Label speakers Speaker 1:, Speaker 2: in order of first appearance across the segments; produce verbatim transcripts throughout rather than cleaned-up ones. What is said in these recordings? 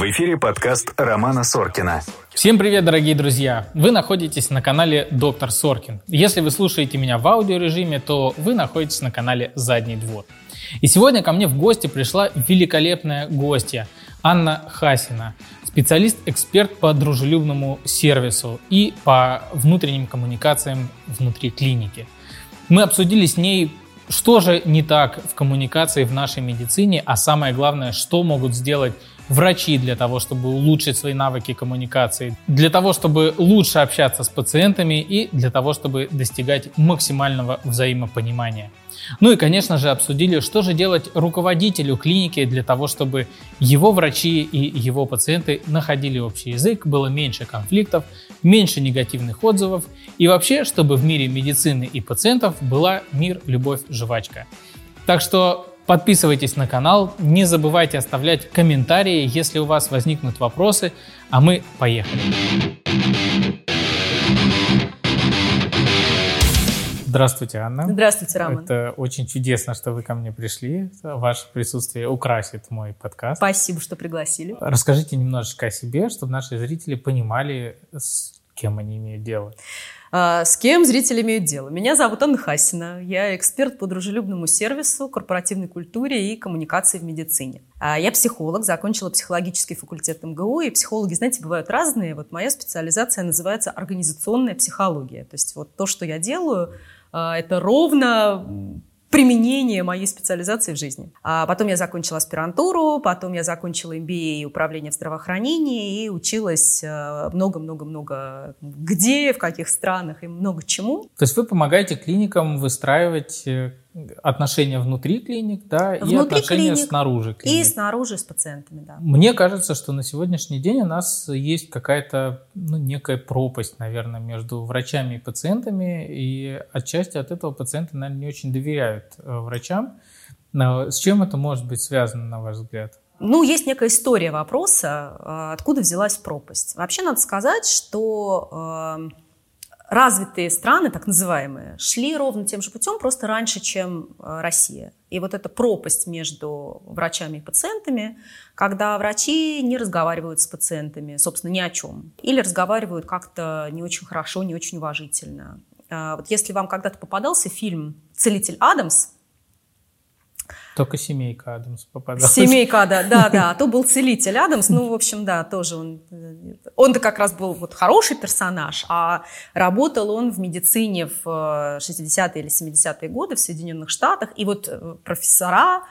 Speaker 1: В эфире подкаст Романа Соркина.
Speaker 2: Всем привет, дорогие друзья! Вы находитесь на канале Доктор Соркин. Если вы слушаете меня в аудиорежиме, то вы находитесь на канале Задний двор. И сегодня ко мне в гости пришла великолепная гостья Анна Хасина, специалист-эксперт по дружелюбному сервису и по внутренним коммуникациям внутри клиники. Мы обсудили с ней, что же не так в коммуникации в нашей медицине, а самое главное, что могут сделать врачи для того, чтобы улучшить свои навыки коммуникации, для того, чтобы лучше общаться с пациентами и для того, чтобы достигать максимального взаимопонимания. Ну и, конечно же, обсудили, что же делать руководителю клиники для того, чтобы его врачи и его пациенты находили общий язык, было меньше конфликтов, меньше негативных отзывов и вообще, чтобы в мире медицины и пациентов была мир, любовь, жвачка. Так что подписывайтесь на канал, не забывайте оставлять комментарии, если у вас возникнут вопросы, а мы поехали. Здравствуйте, Анна.
Speaker 3: Здравствуйте, Роман.
Speaker 2: Это очень чудесно, что вы ко мне пришли. Ваше присутствие украсит мой подкаст.
Speaker 3: Спасибо, что пригласили.
Speaker 2: Расскажите немножечко о себе, чтобы наши зрители понимали, с кем они имеют дело.
Speaker 3: С кем зрители имеют дело? Меня зовут Анна Хасина. Я эксперт по дружелюбному сервису, корпоративной культуре и коммуникации в медицине. Я психолог, закончила психологический факультет эм гэ у. И психологи, знаете, бывают разные. Вот моя специализация называется организационная психология. То есть вот то, что я делаю, это ровно применение моей специализации в жизни. А потом я закончила аспирантуру, потом я закончила эм би эй управление в здравоохранении и училась много-много-много где, в каких странах и много чему.
Speaker 2: То есть вы помогаете клиникам выстраивать отношения внутри клиник, да,
Speaker 3: внутри
Speaker 2: и отношения
Speaker 3: клиник,
Speaker 2: снаружи клиник.
Speaker 3: И снаружи с пациентами, да.
Speaker 2: Мне кажется, что на сегодняшний день у нас есть какая-то, ну, некая пропасть, наверное, между врачами и пациентами, и отчасти от этого пациенты, наверное, не очень доверяют врачам. Но с чем это может быть связано, на ваш взгляд?
Speaker 3: Ну, есть некая история вопроса, откуда взялась пропасть. Вообще надо сказать, что развитые страны, так называемые, шли ровно тем же путем, просто раньше, чем Россия. И вот эта пропасть между врачами и пациентами, когда врачи не разговаривают с пациентами, собственно, ни о чем. Или разговаривают как-то не очень хорошо, не очень уважительно. Вот если вам когда-то попадался фильм «Целитель Адамс»,
Speaker 2: только семейка Адамс попадалась.
Speaker 3: Семейка, да, да, да. То был целитель Адамс, ну, в общем, да, тоже он... Он-то как раз был вот хороший персонаж, а работал он в медицине в шестидесятые или семидесятые годы в Соединенных Штатах. И вот профессора,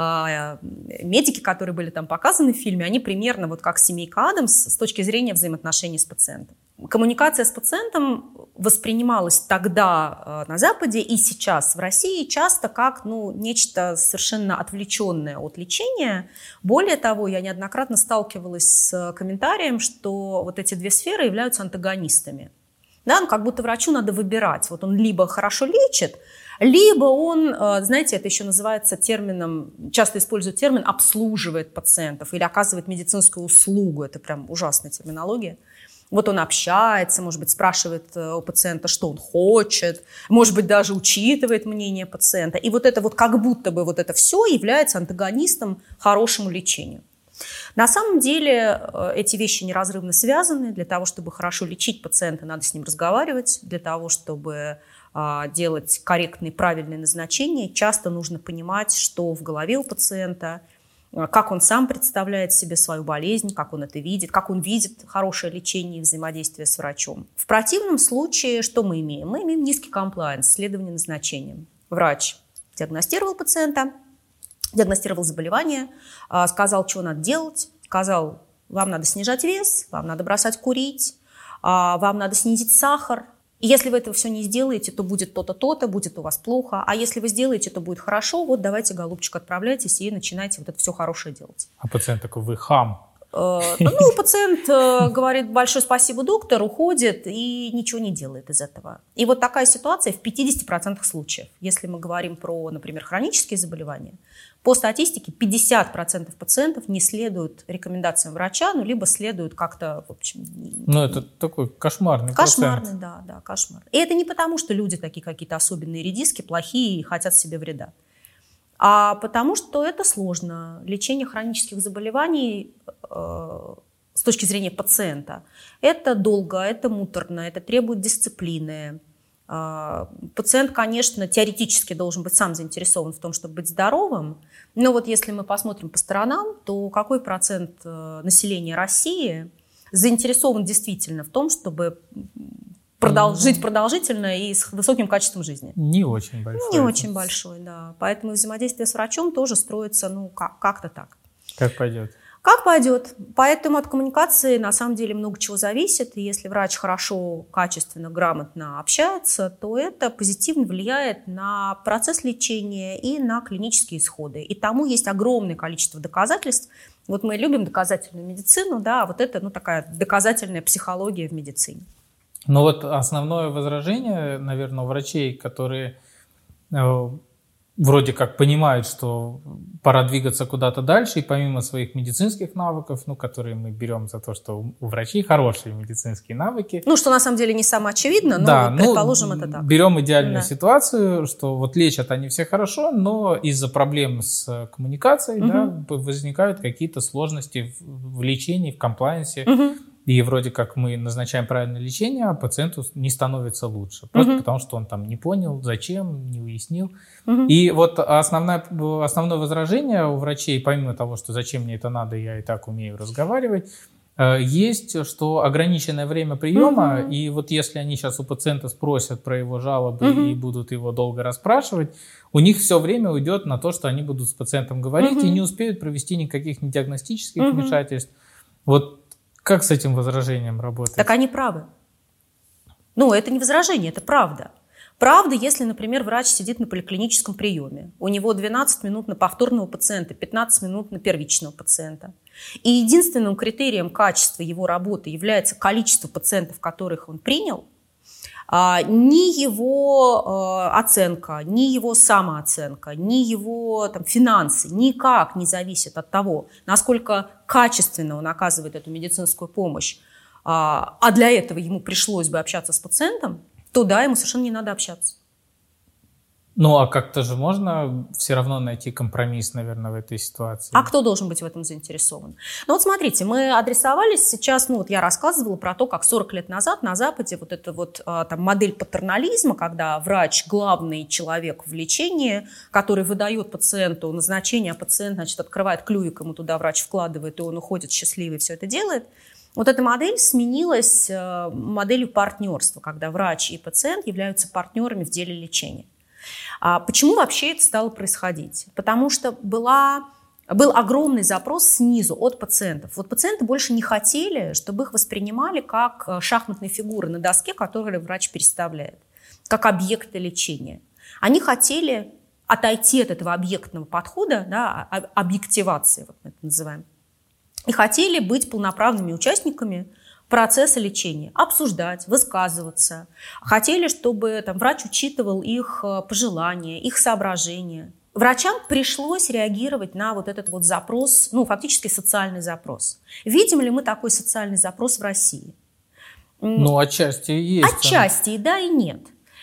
Speaker 3: медики, которые были там показаны в фильме, они примерно вот как семейка Адамс с точки зрения взаимоотношений с пациентом. Коммуникация с пациентом воспринималась тогда на Западе и сейчас в России часто как, ну, нечто совершенно отвлеченное от лечения. Более того, я неоднократно сталкивалась с комментарием, что вот эти две сферы являются антагонистами. Да, ну, как будто врачу надо выбирать. Вот он либо хорошо лечит, либо он, знаете, это еще называется термином, часто используют термин «обслуживает пациентов» или «оказывает медицинскую услугу». Это прям ужасная терминология. Вот он общается, может быть, спрашивает у пациента, что он хочет, может быть, даже учитывает мнение пациента. И вот это вот как будто бы вот это все является антагонистом хорошему лечению. На самом деле эти вещи неразрывно связаны. Для того, чтобы хорошо лечить пациента, надо с ним разговаривать. Для того, чтобы делать корректные, правильные назначения, часто нужно понимать, что в голове у пациента, как он сам представляет себе свою болезнь, как он это видит, как он видит хорошее лечение и взаимодействие с врачом. В противном случае что мы имеем? Мы имеем низкий комплаенс, следование назначениям. Врач диагностировал пациента, диагностировал заболевание, сказал, что надо делать, сказал, вам надо снижать вес, вам надо бросать курить, вам надо снизить сахар. И если вы этого все не сделаете, то будет то-то, то-то, будет у вас плохо. А если вы сделаете, то будет хорошо. Вот давайте, голубчик, отправляйтесь и начинайте вот это все хорошее делать.
Speaker 2: А пациент такой: вы хам.
Speaker 3: Ну, пациент говорит большое спасибо, доктор, уходит и ничего не делает из этого. И вот такая ситуация в пятидесяти процентах случаев. Если мы говорим про, например, хронические заболевания, по статистике пятьдесят процентов пациентов не следуют рекомендациям врача, ну, либо следуют как-то, в общем...
Speaker 2: Ну, это такой кошмарный
Speaker 3: Кошмарный,
Speaker 2: процент.
Speaker 3: да, да, кошмарный. И это не потому, что люди такие какие-то особенные редиски, плохие и хотят себе вреда. А потому что это сложно. Лечение хронических заболеваний с точки зрения пациента. Это долго, это муторно, это требует дисциплины. Пациент, конечно, теоретически должен быть сам заинтересован в том, чтобы быть здоровым, но вот если мы посмотрим по сторонам, то какой процент населения России заинтересован действительно в том, чтобы продол- жить продолжительно и с высоким качеством жизни?
Speaker 2: Не очень большой.
Speaker 3: Не очень большой, да. Поэтому взаимодействие с врачом тоже строится, ну, как- как-то так.
Speaker 2: Как пойдет.
Speaker 3: Как пойдет. Поэтому от коммуникации на самом деле много чего зависит. И если врач хорошо, качественно, грамотно общается, то это позитивно влияет на процесс лечения и на клинические исходы. И тому есть огромное количество доказательств. Вот мы любим доказательную медицину, да, а вот это, ну, такая доказательная психология в медицине.
Speaker 2: Но вот основное возражение, наверное, у врачей, которые э, вроде как понимают, что пора двигаться куда-то дальше, и помимо своих медицинских навыков, ну, которые мы берем за то, что у врачей хорошие медицинские навыки.
Speaker 3: Ну, что на самом деле не самое очевидно, но
Speaker 2: да,
Speaker 3: вот, предположим,
Speaker 2: ну,
Speaker 3: это так.
Speaker 2: Берем идеальную
Speaker 3: Да.
Speaker 2: ситуацию, что вот лечат они все хорошо, но из-за проблем с коммуникацией,
Speaker 3: Угу.
Speaker 2: да, возникают какие-то сложности в, в лечении, в комплайенсе.
Speaker 3: Угу.
Speaker 2: И вроде как мы назначаем правильное лечение, а пациенту не становится лучше. Просто
Speaker 3: Мгм.
Speaker 2: потому, что он там не понял, зачем, не уяснил.
Speaker 3: Угу.
Speaker 2: И вот основное, основное возражение у врачей, помимо того, что зачем мне это надо, я и так умею разговаривать, э, есть, что ограниченное время приема,
Speaker 3: Мгм.
Speaker 2: и вот если они сейчас у пациента спросят про его жалобы
Speaker 3: Мгм.
Speaker 2: и будут его долго расспрашивать, у них все время уйдет на то, что они будут с пациентом говорить
Speaker 3: Мгм.
Speaker 2: и не успеют провести никаких ни диагностических
Speaker 3: Мгм.
Speaker 2: вмешательств. Вот как с этим возражением работать?
Speaker 3: Так они правы. Ну, это не возражение, это правда. Правда, если, например, врач сидит на поликлиническом приеме, у него двенадцать минут на повторного пациента, пятнадцать минут на первичного пациента. И единственным критерием качества его работы является количество пациентов, которых он принял, а, ни его э, оценка, ни его самооценка, ни его там, финансы никак не зависят от того, насколько качественно он оказывает эту медицинскую помощь, а, а для этого ему пришлось бы общаться с пациентом, то да, ему совершенно не надо общаться.
Speaker 2: Ну, а как-то же можно все равно найти компромисс, наверное, в этой ситуации.
Speaker 3: А кто должен быть в этом заинтересован? Ну вот смотрите, мы адресовались сейчас, ну вот я рассказывала про то, как сорок лет назад на Западе вот эта вот а, там, модель патернализма, когда врач главный человек в лечении, который выдает пациенту назначение, а пациент, значит, открывает клювик, ему туда врач вкладывает, и он уходит счастливый, все это делает. Вот эта модель сменилась а, моделью партнерства, когда врач и пациент являются партнерами в деле лечения. А почему вообще это стало происходить? Потому что была, был огромный запрос снизу от пациентов. Вот пациенты больше не хотели, чтобы их воспринимали как шахматные фигуры на доске, которые врач переставляет, как объекты лечения. Они хотели отойти от этого объектного подхода, да, объективации, вот мы это называем, и хотели быть полноправными участниками процесса лечения, обсуждать, высказываться. Хотели, чтобы там, врач учитывал их пожелания, их соображения. Врачам пришлось реагировать на вот этот вот запрос, ну, фактически социальный запрос. Видим ли мы такой социальный запрос в России?
Speaker 2: Ну, отчасти есть.
Speaker 3: Отчасти и да, и нет.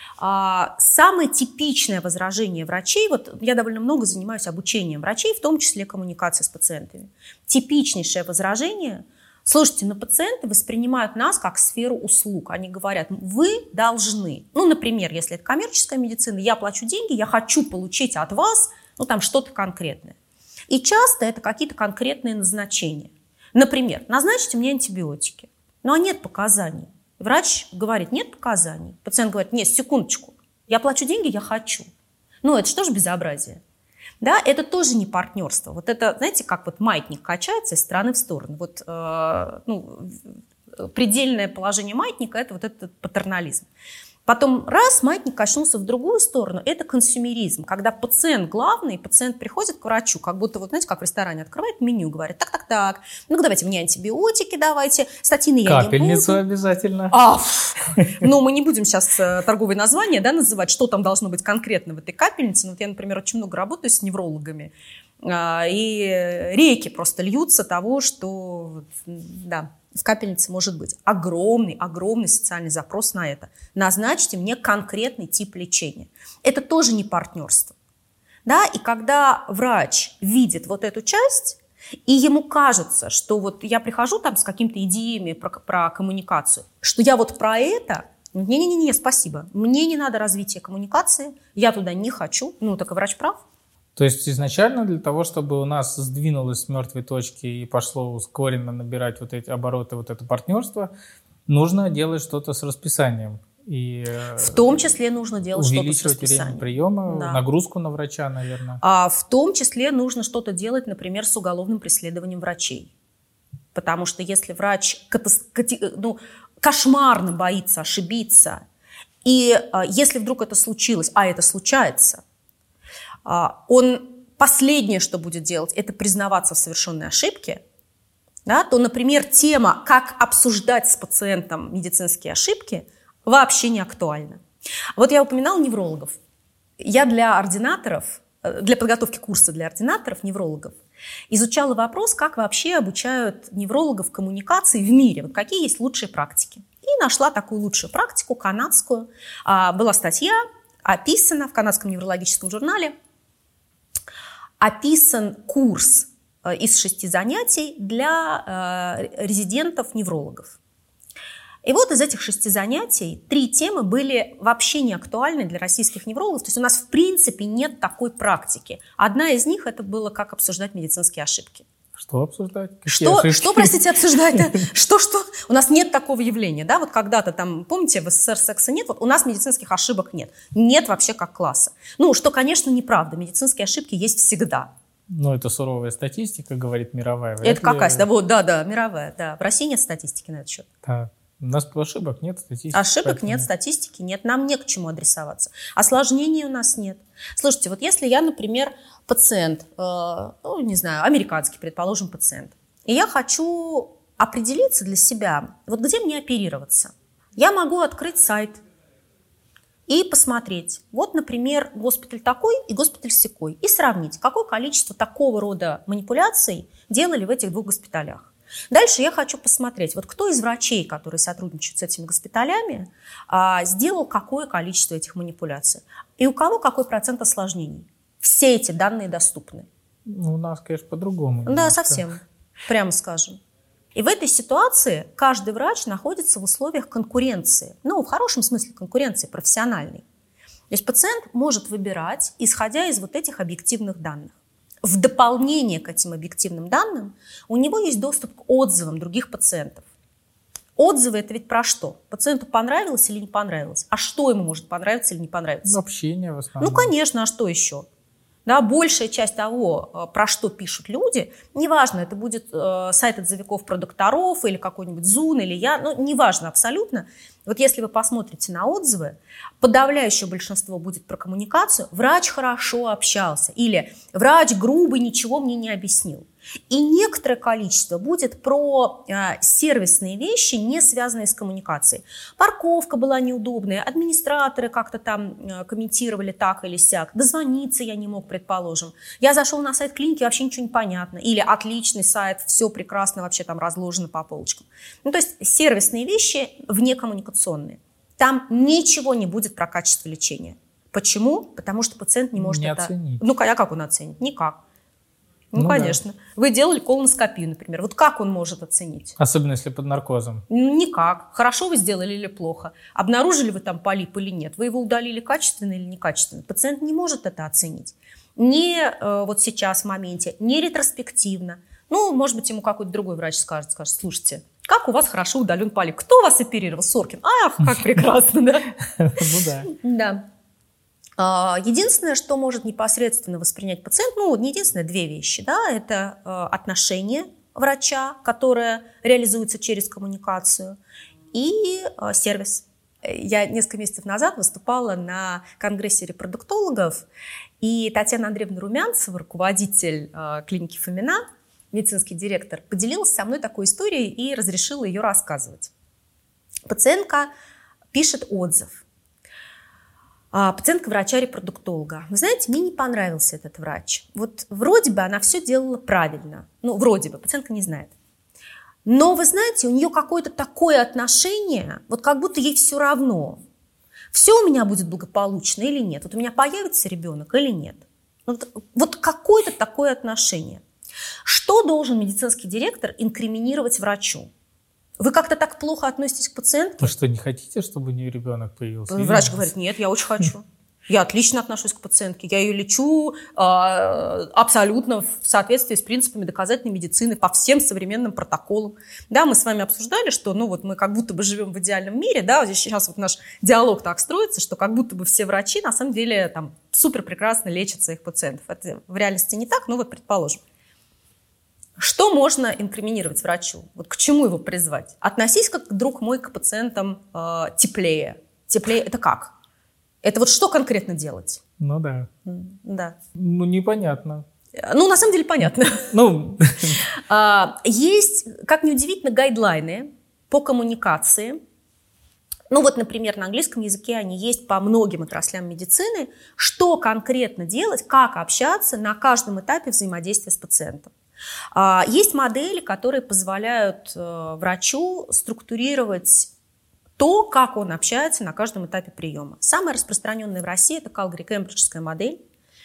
Speaker 3: А, самое типичное возражение врачей, вот я довольно много занимаюсь обучением врачей, в том числе коммуникацией с пациентами. Типичнейшее возражение: слушайте, но пациенты воспринимают нас как сферу услуг. Они говорят, вы должны. Ну, например, если это коммерческая медицина, я плачу деньги, я хочу получить от вас, ну, там что-то конкретное. И часто это какие-то конкретные назначения. Например, назначьте мне антибиотики. Ну, а нет показаний. Врач говорит, нет показаний. Пациент говорит, нет, секундочку, я плачу деньги, я хочу. Ну, это что же безобразие? Да, это тоже не партнерство. Вот это, знаете, как вот маятник качается из стороны в сторону. Вот, э, ну, предельное положение маятника – это вот этот патернализм. Потом раз маятник качнулся в другую сторону – это консюмеризм. Когда пациент главный, пациент приходит к врачу, как будто, вот знаете, как в ресторане открывает меню, говорит, так-так-так, ну давайте мне антибиотики давайте, статины я не буду.
Speaker 2: Капельницу обязательно.
Speaker 3: А, но мы не будем сейчас торговые названия, да, называть, что там должно быть конкретно в этой капельнице. Вот я, например, очень много работаю с неврологами, и реки просто льются того, что, да, в капельнице может быть огромный, огромный социальный запрос на это. Назначьте мне конкретный тип лечения. Это тоже не партнерство. Да? И когда врач видит вот эту часть, и ему кажется, что вот я прихожу там с какими-то идеями про, про коммуникацию, что я вот про это, не-не-не, спасибо, мне не надо развития коммуникации, я туда не хочу, ну так и врач прав.
Speaker 2: То есть изначально для того, чтобы у нас сдвинулось с мертвой точки и пошло ускоренно набирать вот эти обороты, вот это партнерство, нужно делать что-то с расписанием. И
Speaker 3: в том числе нужно делать что-то с расписанием.
Speaker 2: Увеличивать время приема, да. Нагрузку на врача, наверное.
Speaker 3: А в том числе нужно что-то делать, например, с уголовным преследованием врачей. Потому что если врач ну, кошмарно боится ошибиться, и если вдруг это случилось, а это случается, он последнее, что будет делать, это признаваться в совершенной ошибке, да, то, например, тема, как обсуждать с пациентом медицинские ошибки, вообще не актуальна. Вот я упоминала неврологов. Я для ординаторов, для подготовки курса для ординаторов-неврологов изучала вопрос, как вообще обучают неврологов коммуникации в мире, вот какие есть лучшие практики. И нашла такую лучшую практику, канадскую. Была статья, описана в канадском неврологическом журнале, описан курс из шести занятий для э, резидентов-неврологов. И вот из этих шести занятий три темы были вообще не актуальны для российских неврологов. То есть у нас в принципе нет такой практики. Одна из них это было как обсуждать медицинские ошибки.
Speaker 2: Что обсуждать?
Speaker 3: Что, что, простите, обсуждать? Что, что? У нас нет такого явления, да? Вот когда-то там, помните, в СССР секса нет, вот у нас медицинских ошибок нет. Нет вообще как класса. Ну, что, конечно, неправда. Медицинские ошибки есть всегда.
Speaker 2: Ну, это суровая статистика, говорит мировая.
Speaker 3: Это какая? Да, вот, да, да, мировая, да. В России нет статистики на этот счет.
Speaker 2: Да. У нас ошибок нет, статистики.
Speaker 3: Ошибок нет, нет, статистики нет. Нам не к чему адресоваться. Осложнений у нас нет. Слушайте, вот если я, например, пациент, э, ну, не знаю, американский, предположим, пациент, и я хочу определиться для себя, вот где мне оперироваться, я могу открыть сайт и посмотреть. Вот, например, госпиталь такой и госпиталь сякой. И сравнить, какое количество такого рода манипуляций делали в этих двух госпиталях. Дальше я хочу посмотреть, вот кто из врачей, которые сотрудничают с этими госпиталями, сделал какое количество этих манипуляций. И у кого какой процент осложнений. Все эти данные доступны.
Speaker 2: Ну, у нас, конечно, по-другому.
Speaker 3: Да,
Speaker 2: немножко.
Speaker 3: Совсем, прямо скажем. И в этой ситуации каждый врач находится в условиях конкуренции. Ну, в хорошем смысле конкуренции, профессиональной. То есть пациент может выбирать, исходя из вот этих объективных данных. В дополнение к этим объективным данным у него есть доступ к отзывам других пациентов. Отзывы – это ведь про что? Пациенту понравилось или не понравилось? А что ему может понравиться или не понравиться?
Speaker 2: Ну, общение в основном.
Speaker 3: Ну, конечно, а что еще? Да, большая часть того, про что пишут люди, неважно, это будет э, сайт отзывиков про докторов или какой-нибудь Зун, или я, ну, неважно абсолютно. Вот если вы посмотрите на отзывы, подавляющее большинство будет про коммуникацию. Врач хорошо общался или врач грубый, ничего мне не объяснил. И некоторое количество будет про э, сервисные вещи, не связанные с коммуникацией. Парковка была неудобная, администраторы как-то там э, комментировали так или сяк, дозвониться я не мог, предположим. Я зашел на сайт клиники, вообще ничего не понятно. Или отличный сайт, все прекрасно вообще там разложено по полочкам. Ну, то есть сервисные вещи внекоммуникационные. Там ничего не будет про качество лечения. Почему? Потому что пациент не может
Speaker 2: не
Speaker 3: это...
Speaker 2: оценить.
Speaker 3: Ну, а как он оценит? Никак. Ну, ну, конечно.
Speaker 2: Да.
Speaker 3: Вы делали колоноскопию, например. Вот как он может оценить?
Speaker 2: Особенно если под наркозом.
Speaker 3: Ну, никак. Хорошо вы сделали или плохо? Обнаружили вы там полип или нет? Вы его удалили качественно или некачественно? Пациент не может это оценить. Не э, вот сейчас в моменте, не ретроспективно. Ну, может быть, ему какой-то другой врач скажет, скажет, слушайте, как у вас хорошо удален полип? Кто вас оперировал? Соркин. Ах, как прекрасно, да?
Speaker 2: Ну да.
Speaker 3: Да. Единственное, что может непосредственно воспринять пациент, ну, не единственное, две вещи, да, это отношение врача, которое реализуется через коммуникацию, и сервис. Я несколько месяцев назад выступала на конгрессе репродуктологов, и Татьяна Андреевна Румянцева, руководитель клиники Фомина, медицинский директор, поделилась со мной такой историей и разрешила ее рассказывать. Пациентка пишет отзыв. Пациентка врача-репродуктолога. Вы знаете, мне не понравился этот врач. Вот вроде бы она все делала правильно. Ну, вроде бы, пациентка не знает. Но, вы знаете, у нее какое-то такое отношение, вот как будто ей все равно. Все у меня будет благополучно или нет? Вот у меня появится ребенок или нет? Вот, вот какое-то такое отношение. Что должен медицинский директор инкриминировать врачу? Вы как-то так плохо относитесь к пациентке?
Speaker 2: Вы что, не хотите, чтобы у нее ребенок появился?
Speaker 3: Врач говорит, нет, я очень хочу. Я отлично отношусь к пациентке. Я ее лечу э, абсолютно в соответствии с принципами доказательной медицины по всем современным протоколам. Да, мы с вами обсуждали, что ну, вот мы как будто бы живем в идеальном мире. Да, сейчас вот наш диалог так строится, что как будто бы все врачи на самом деле там, супер прекрасно лечат своих пациентов. Это в реальности не так, но вот предположим. Что можно инкриминировать врачу? Вот к чему его призвать? Относись, как друг мой, к пациентам э, теплее. Теплее – это как? Это вот что конкретно делать?
Speaker 2: Ну да.
Speaker 3: Да.
Speaker 2: Ну непонятно.
Speaker 3: Ну, на самом деле понятно.
Speaker 2: Ну.
Speaker 3: Есть, как ни удивительно, гайдлайны по коммуникации. Ну вот, например, на английском языке они есть по многим отраслям медицины. Что конкретно делать, как общаться на каждом этапе взаимодействия с пациентом. Есть модели, которые позволяют врачу структурировать то, как он общается на каждом этапе приема. Самая распространенная в России – это Калгари-Кембриджская модель.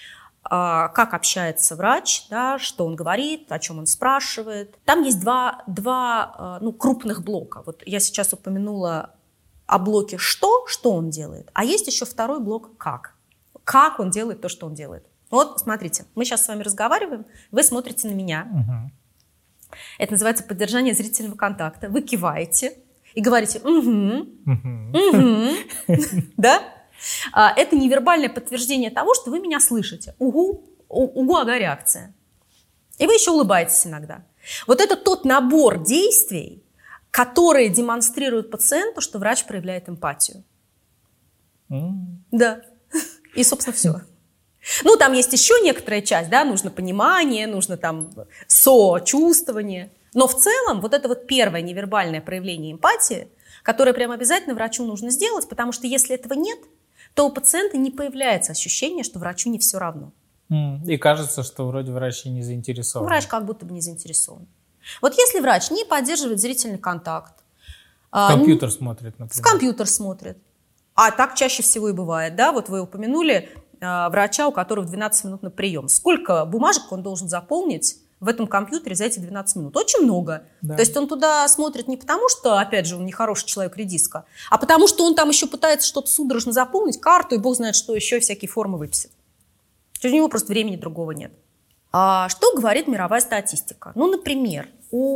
Speaker 3: Как общается врач, да, что он говорит, о чем он спрашивает. Там есть два, два ну, крупных блока. Вот я сейчас упомянула о блоке «что», что он делает. А есть еще второй блок «как». Как он делает то, что он делает. Вот, смотрите, мы сейчас с вами разговариваем, вы смотрите на меня. Угу. Это называется поддержание зрительного контакта. Вы киваете и говорите «угу», «угу», да? Это невербальное подтверждение того, что вы меня слышите. «Угу», «угу», ага, реакция. И вы еще улыбаетесь иногда. Вот это тот набор действий, которые демонстрируют пациенту, что врач проявляет эмпатию. Mm. Да. И, собственно, все. Ну, там есть еще некоторая часть, да, нужно понимание, нужно там сочувствование. Но в целом вот это вот первое невербальное проявление эмпатии, которое прям обязательно врачу нужно сделать, потому что если этого нет, то у пациента не появляется ощущение, что врачу не все равно.
Speaker 2: Mm. И кажется, что вроде врач и не заинтересован.
Speaker 3: Врач как будто бы не заинтересован. Вот если врач не поддерживает зрительный контакт.
Speaker 2: В компьютер а, смотрит, например.
Speaker 3: В компьютер смотрит. А так чаще всего и бывает. Да? Вот вы упомянули а, врача, у которого двенадцать минут на прием. Сколько бумажек он должен заполнить в этом компьютере за эти двенадцать минут? Очень много. Да. То есть он туда смотрит не потому, что, опять же, он нехороший человек-редиска, а потому что он там еще пытается что-то судорожно заполнить, карту, и бог знает, что еще, всякие формы выписать. У него просто времени другого нет. А что говорит мировая статистика? Ну, например,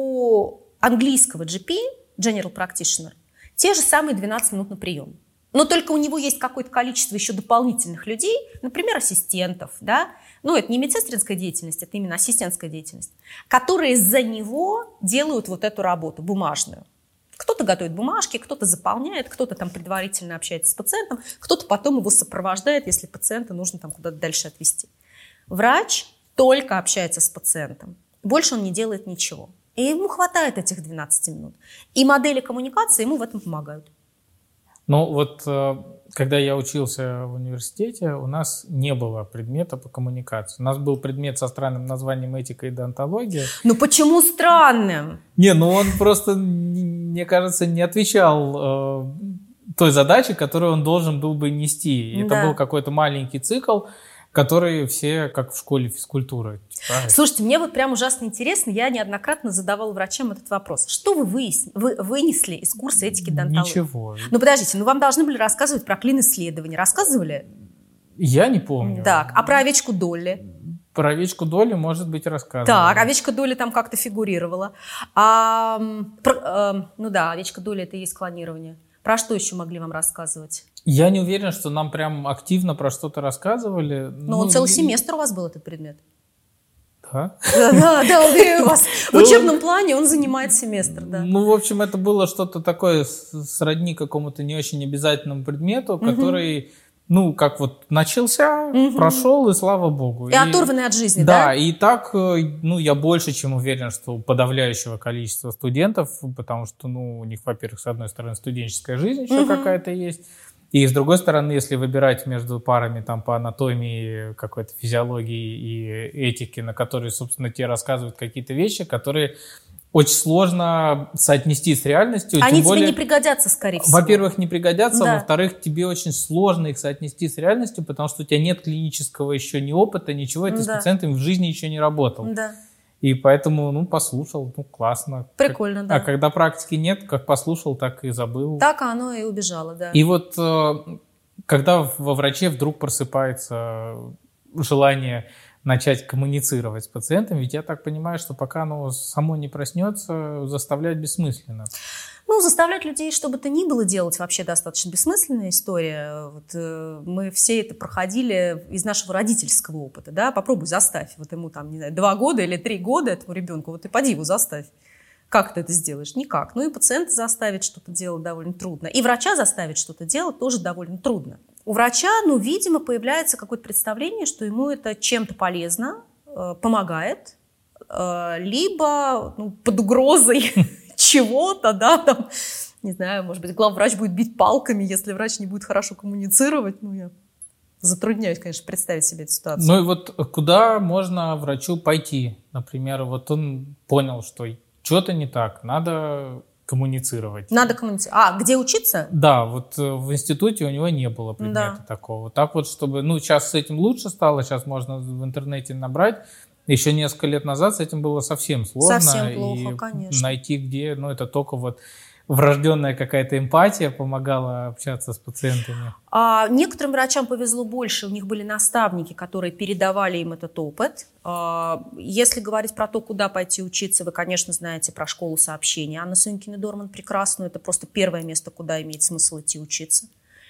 Speaker 3: у английского джи пи, General Practitioner, те же самые двенадцать минут на прием. Но только у него есть какое-то количество еще дополнительных людей, например, ассистентов, да? Ну, это не медсестринская деятельность, это именно ассистентская деятельность, которые за него делают вот эту работу бумажную. Кто-то готовит бумажки, кто-то заполняет, кто-то там предварительно общается с пациентом, кто-то потом его сопровождает, если пациента нужно там куда-то дальше отвезти. Врач только общается с пациентом. Больше он не делает ничего. И ему хватает этих двенадцати минут. И модели коммуникации ему в этом помогают.
Speaker 2: Ну вот, когда я учился в университете, у нас не было предмета по коммуникации. У нас был предмет со странным названием «Этика и деонтология».
Speaker 3: Ну почему странным?
Speaker 2: Не, ну он просто, мне кажется, не отвечал э, той задаче, которую он должен был бы нести. Это да. был какой-то маленький цикл, которые все, как в школе физкультуры. Правильно?
Speaker 3: Слушайте, мне вот прям ужасно интересно, я неоднократно задавала врачам этот вопрос. Что вы, выяс... вы вынесли из курса этики деонтологии?
Speaker 2: Ничего.
Speaker 3: Ну подождите, ну вам должны были рассказывать про клин-исследования. Рассказывали?
Speaker 2: Я не помню.
Speaker 3: Так, а про овечку Долли?
Speaker 2: Про овечку Долли, может быть, рассказывали.
Speaker 3: Так, овечка Долли там как-то фигурировала. А, про, а, ну да, овечка Долли — это и есть клонирование. Про что еще могли вам рассказывать?
Speaker 2: Я не уверен, что нам прям активно про что-то рассказывали.
Speaker 3: Но ну, он целый семестр у вас был, этот предмет.
Speaker 2: Да?
Speaker 3: Да, да, да, уверяю вас. В учебном плане он занимает семестр, да.
Speaker 2: Ну, в общем, это было что-то такое сродни какому-то не очень обязательному предмету, который, ну, как вот начался, прошел, и слава богу.
Speaker 3: И оторванный от жизни, да?
Speaker 2: Да, и так, ну, я больше чем уверен, что у подавляющего количества студентов, потому что, ну, у них, во-первых, с одной стороны, студенческая жизнь еще какая-то есть. И с другой стороны, если выбирать между парами там, по анатомии, какой-то физиологии и этики, на которые, собственно, тебе рассказывают какие-то вещи, которые очень сложно соотнести с реальностью.
Speaker 3: Они
Speaker 2: тем
Speaker 3: тебе
Speaker 2: более,
Speaker 3: не пригодятся, скорее всего.
Speaker 2: Во-первых, не пригодятся,
Speaker 3: да.
Speaker 2: а во-вторых, тебе очень сложно их соотнести с реальностью, потому что у тебя нет клинического еще ни опыта, ничего, и ты да. с пациентами в жизни еще не работал.
Speaker 3: Да.
Speaker 2: И поэтому, ну, послушал, ну, классно.
Speaker 3: Прикольно,
Speaker 2: как,
Speaker 3: да.
Speaker 2: А когда практики нет, как послушал, так и забыл.
Speaker 3: Так оно и убежало, да.
Speaker 2: И вот когда во враче вдруг просыпается желание начать коммуницировать с пациентом, ведь я так понимаю, что пока оно само не проснется, заставлять бессмысленно.
Speaker 3: Ну, заставлять людей, что бы то ни было делать, вообще достаточно бессмысленная история. Вот, э, мы все это проходили из нашего родительского опыта, да, попробуй заставь, вот ему там, не знаю, два года или три года этому ребенку, вот и поди его заставь. Как ты это сделаешь? Никак. Ну и пациента заставить что-то делать довольно трудно. И врача заставить что-то делать тоже довольно трудно. У врача, ну, видимо, появляется какое-то представление, что ему это чем-то полезно, э, помогает, э, либо ну, под угрозой чего-то, да, там, не знаю, может быть, главврач будет бить палками, если врач не будет хорошо коммуницировать. Ну, я затрудняюсь, конечно, представить себе эту ситуацию.
Speaker 2: Ну и вот куда можно врачу пойти? Например, вот он понял, что что-то не так, надо коммуницировать.
Speaker 3: Надо коммуницировать. А, где учиться?
Speaker 2: Да, вот в институте у него не было предмета да. такого. Так вот, чтобы, ну, сейчас с этим лучше стало, сейчас можно в интернете набрать. Еще несколько лет назад с этим было совсем сложно.
Speaker 3: Совсем плохо,
Speaker 2: и
Speaker 3: конечно.
Speaker 2: Найти где, ну, это только вот врожденная какая-то эмпатия помогала общаться с пациентами.
Speaker 3: А некоторым врачам повезло больше, у них были наставники, которые передавали им этот опыт. А, если говорить про то, куда пойти учиться, вы, конечно, знаете про школу сообщения. Анна Сунькина-Дорман прекрасную, это просто первое место, куда имеет смысл идти учиться.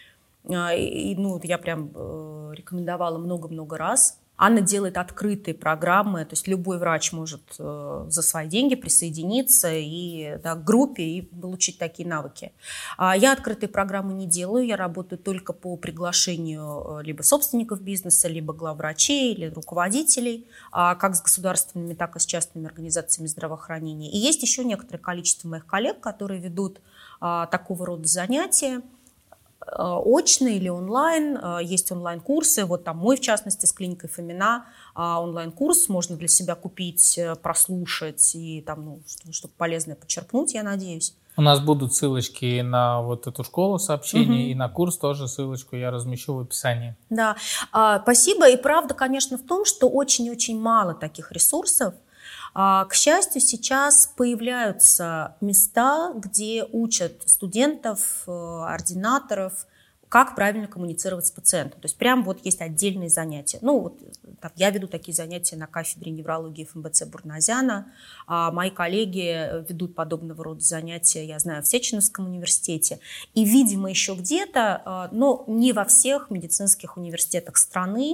Speaker 3: А, и, ну, я прям э, рекомендовала много-много раз. Анна делает открытые программы, то есть любой врач может э, за свои деньги присоединиться и, да, к группе и получить такие навыки. А я открытые программы не делаю, я работаю только по приглашению либо собственников бизнеса, либо главврачей или руководителей, а, как с государственными, так и с частными организациями здравоохранения. И есть еще некоторое количество моих коллег, которые ведут а, такого рода занятия. Очно или онлайн, есть онлайн-курсы, вот там мой, в частности, с клиникой Фомина, онлайн-курс можно для себя купить, прослушать и там, ну, что-то полезное подчеркнуть, я надеюсь.
Speaker 2: У нас будут ссылочки на вот эту школу сообщений, угу. и на курс тоже ссылочку я размещу в описании.
Speaker 3: Да, спасибо. И правда, конечно, в том, что очень-очень мало таких ресурсов. К счастью, сейчас появляются места, где учат студентов, ординаторов, как правильно коммуницировать с пациентом. То есть прям вот есть отдельные занятия. Ну, вот так, я веду такие занятия на кафедре неврологии эф эм бэ цэ Бурназяна. А мои коллеги ведут подобного рода занятия, я знаю, в Сеченовском университете. И, видимо, еще где-то, но не во всех медицинских университетах страны.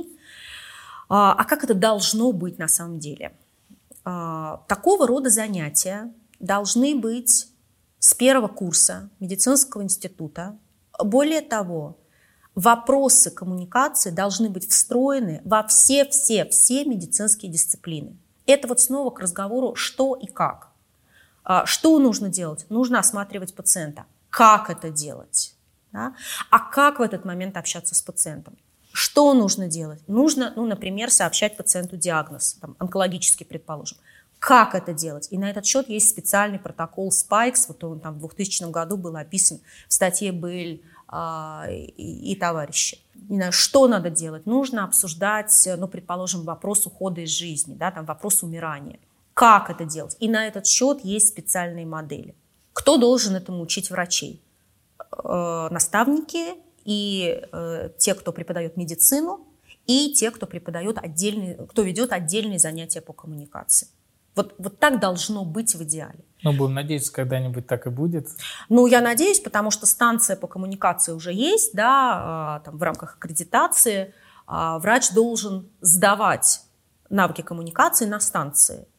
Speaker 3: А как это должно быть на самом деле? Такого рода занятия должны быть с первого курса медицинского института. Более того, вопросы коммуникации должны быть встроены во все-все-все медицинские дисциплины. Это вот снова к разговору «что и как». Что нужно делать? Нужно осматривать пациента. Как это делать? Да? А как в этот момент общаться с пациентом? Что нужно делать? Нужно, ну, например, сообщать пациенту диагноз, там, онкологический, предположим. Как это делать? И на этот счет есть специальный протокол спайкс, вот он там в двухтысячном году был описан в статье Бэль а, и, и товарищи. Не знаю, что надо делать? Нужно обсуждать, ну, предположим, вопрос ухода из жизни, да, там, вопрос умирания. Как это делать? И на этот счет есть специальные модели. Кто должен этому учить врачей? Э, наставники и э, те, кто преподает медицину, и те, кто преподает отдельные, кто ведет отдельные занятия по коммуникации. Вот, вот так должно быть в идеале.
Speaker 2: Ну, будем надеяться, когда-нибудь так и будет.
Speaker 3: Ну, я надеюсь, потому что станция по коммуникации уже есть, да, там, в рамках аккредитации. Врач должен сдавать навыки коммуникации на станции.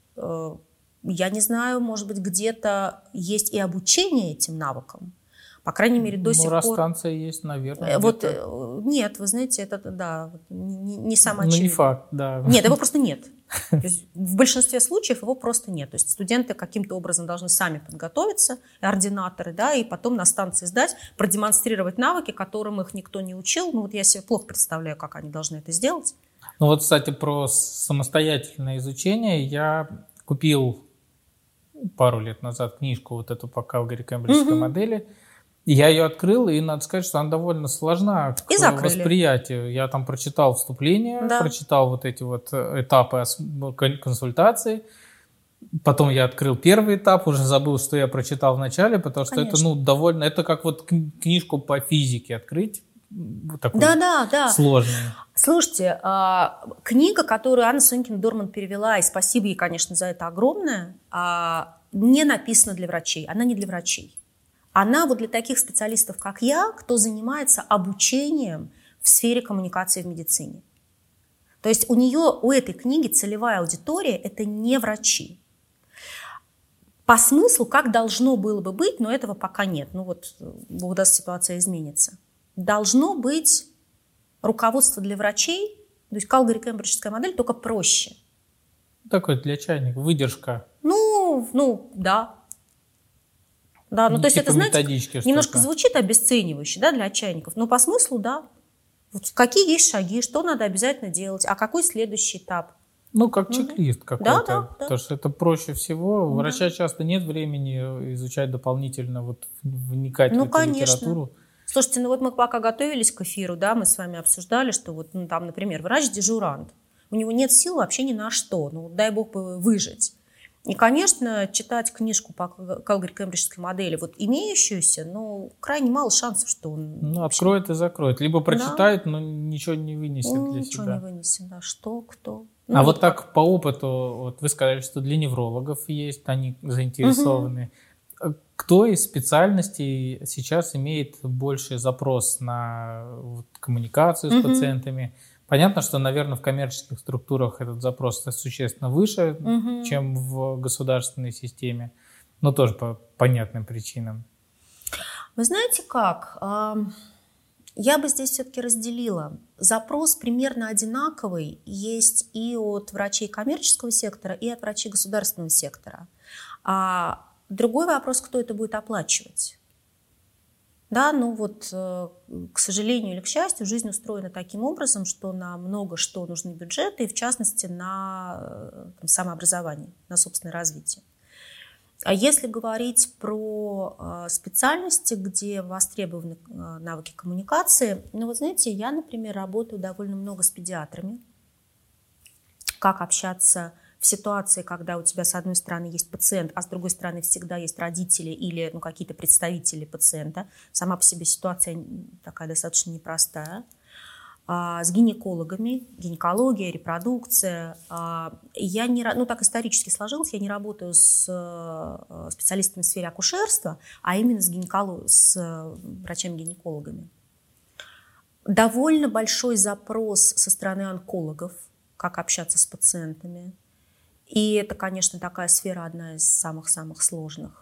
Speaker 3: Я не знаю, может быть, где-то есть и обучение этим навыкам. По крайней мере, до
Speaker 2: ну,
Speaker 3: сих
Speaker 2: раз
Speaker 3: пор...
Speaker 2: станция есть, наверное.
Speaker 3: Вот, нет, вы знаете, это, да, не, не самое очевидное.
Speaker 2: Ну, не факт, да.
Speaker 3: Нет, его просто нет. То есть в большинстве случаев его просто нет. То есть студенты каким-то образом должны сами подготовиться, ординаторы, да, и потом на станции сдать, продемонстрировать навыки, которым их никто не учил. Ну, вот я себе плохо представляю, как они должны это сделать.
Speaker 2: Ну, вот, кстати, про самостоятельное изучение. Я купил пару лет назад книжку вот эту по Калгари-Кембриджской угу. модели. Я ее открыл, и надо сказать, что она довольно сложна к восприятию. Я там прочитал вступление, да. прочитал вот эти вот этапы консультации, Потом я открыл первый этап, уже забыл, что я прочитал в начале, потому что Конечно. это, ну, довольно... Это как вот книжку по физике открыть. Вот такой
Speaker 3: да, да, да.
Speaker 2: сложный.
Speaker 3: Слушайте, книга, которую Анна Сонькина-Дорман перевела, и спасибо ей, конечно, за это огромное, не написана для врачей. Она не для врачей. Она вот для таких специалистов, как я, кто занимается обучением в сфере коммуникации в медицине. То есть у нее, у этой книги целевая аудитория – это не врачи. По смыслу, как должно было бы быть, но этого пока нет. Ну вот, Бог даст, ситуация изменится. Должно быть руководство для врачей, то есть Калгари-Кембриджская модель, только проще.
Speaker 2: Такой для чайника, выдержка.
Speaker 3: Ну, ну, да. Да, ну,
Speaker 2: ну
Speaker 3: то есть
Speaker 2: типа
Speaker 3: это, знаете, немножко
Speaker 2: что-то.
Speaker 3: звучит обесценивающе, да, для чайников, но по смыслу, да. Вот какие есть шаги, что надо обязательно делать, а какой следующий этап?
Speaker 2: Ну, как чек-лист какой-то.
Speaker 3: Да, да, да.
Speaker 2: Потому что это проще всего. У
Speaker 3: да.
Speaker 2: врача часто нет времени изучать дополнительно, вот, вникать
Speaker 3: ну,
Speaker 2: в эту
Speaker 3: конечно.
Speaker 2: литературу.
Speaker 3: Слушайте, ну вот мы пока готовились к эфиру, да, мы с вами обсуждали, что вот, ну, там, например, врач-дежурант, у него нет сил вообще ни на что, ну, дай бог бы выжить. И, конечно, читать книжку по Калгари-Кембриджской модели, вот имеющуюся, ну, крайне мало шансов, что он...
Speaker 2: Ну, откроет и закроет. Либо прочитает, да. но ничего не вынесет
Speaker 3: ну,
Speaker 2: для
Speaker 3: ничего
Speaker 2: себя.
Speaker 3: Ничего не вынесет, да. Что, кто...
Speaker 2: Ну, а вот, вот так по опыту, вот вы сказали, что для неврологов есть, они заинтересованы. Угу. Кто из специальностей сейчас имеет больший запрос на вот, коммуникацию с угу. пациентами? Понятно, что, наверное, в коммерческих структурах этот запрос существенно выше, угу. чем в государственной системе, но тоже по понятным причинам.
Speaker 3: Вы знаете как? Я бы здесь все-таки разделила. Запрос примерно одинаковый есть и от врачей коммерческого сектора, и от врачей государственного сектора. А другой вопрос, кто это будет оплачивать. Да, ну вот, к сожалению или к счастью, жизнь устроена таким образом, что на много что нужны бюджеты, и в частности на там, самообразование, на собственное развитие. А если говорить про специальности, где востребованы навыки коммуникации, ну вот знаете, я, например, работаю довольно много с педиатрами, как общаться в ситуации, когда у тебя с одной стороны есть пациент, а с другой стороны всегда есть родители или ну, какие-то представители пациента. Сама по себе ситуация такая достаточно непростая. А, с гинекологами, гинекология, репродукция. А, я не, ну, так исторически сложилось, я не работаю с специалистами в сфере акушерства, а именно с, гинеколог, с врачами-гинекологами. Довольно большой запрос со стороны онкологов, как общаться с пациентами. И это, конечно, такая сфера, одна из самых-самых сложных.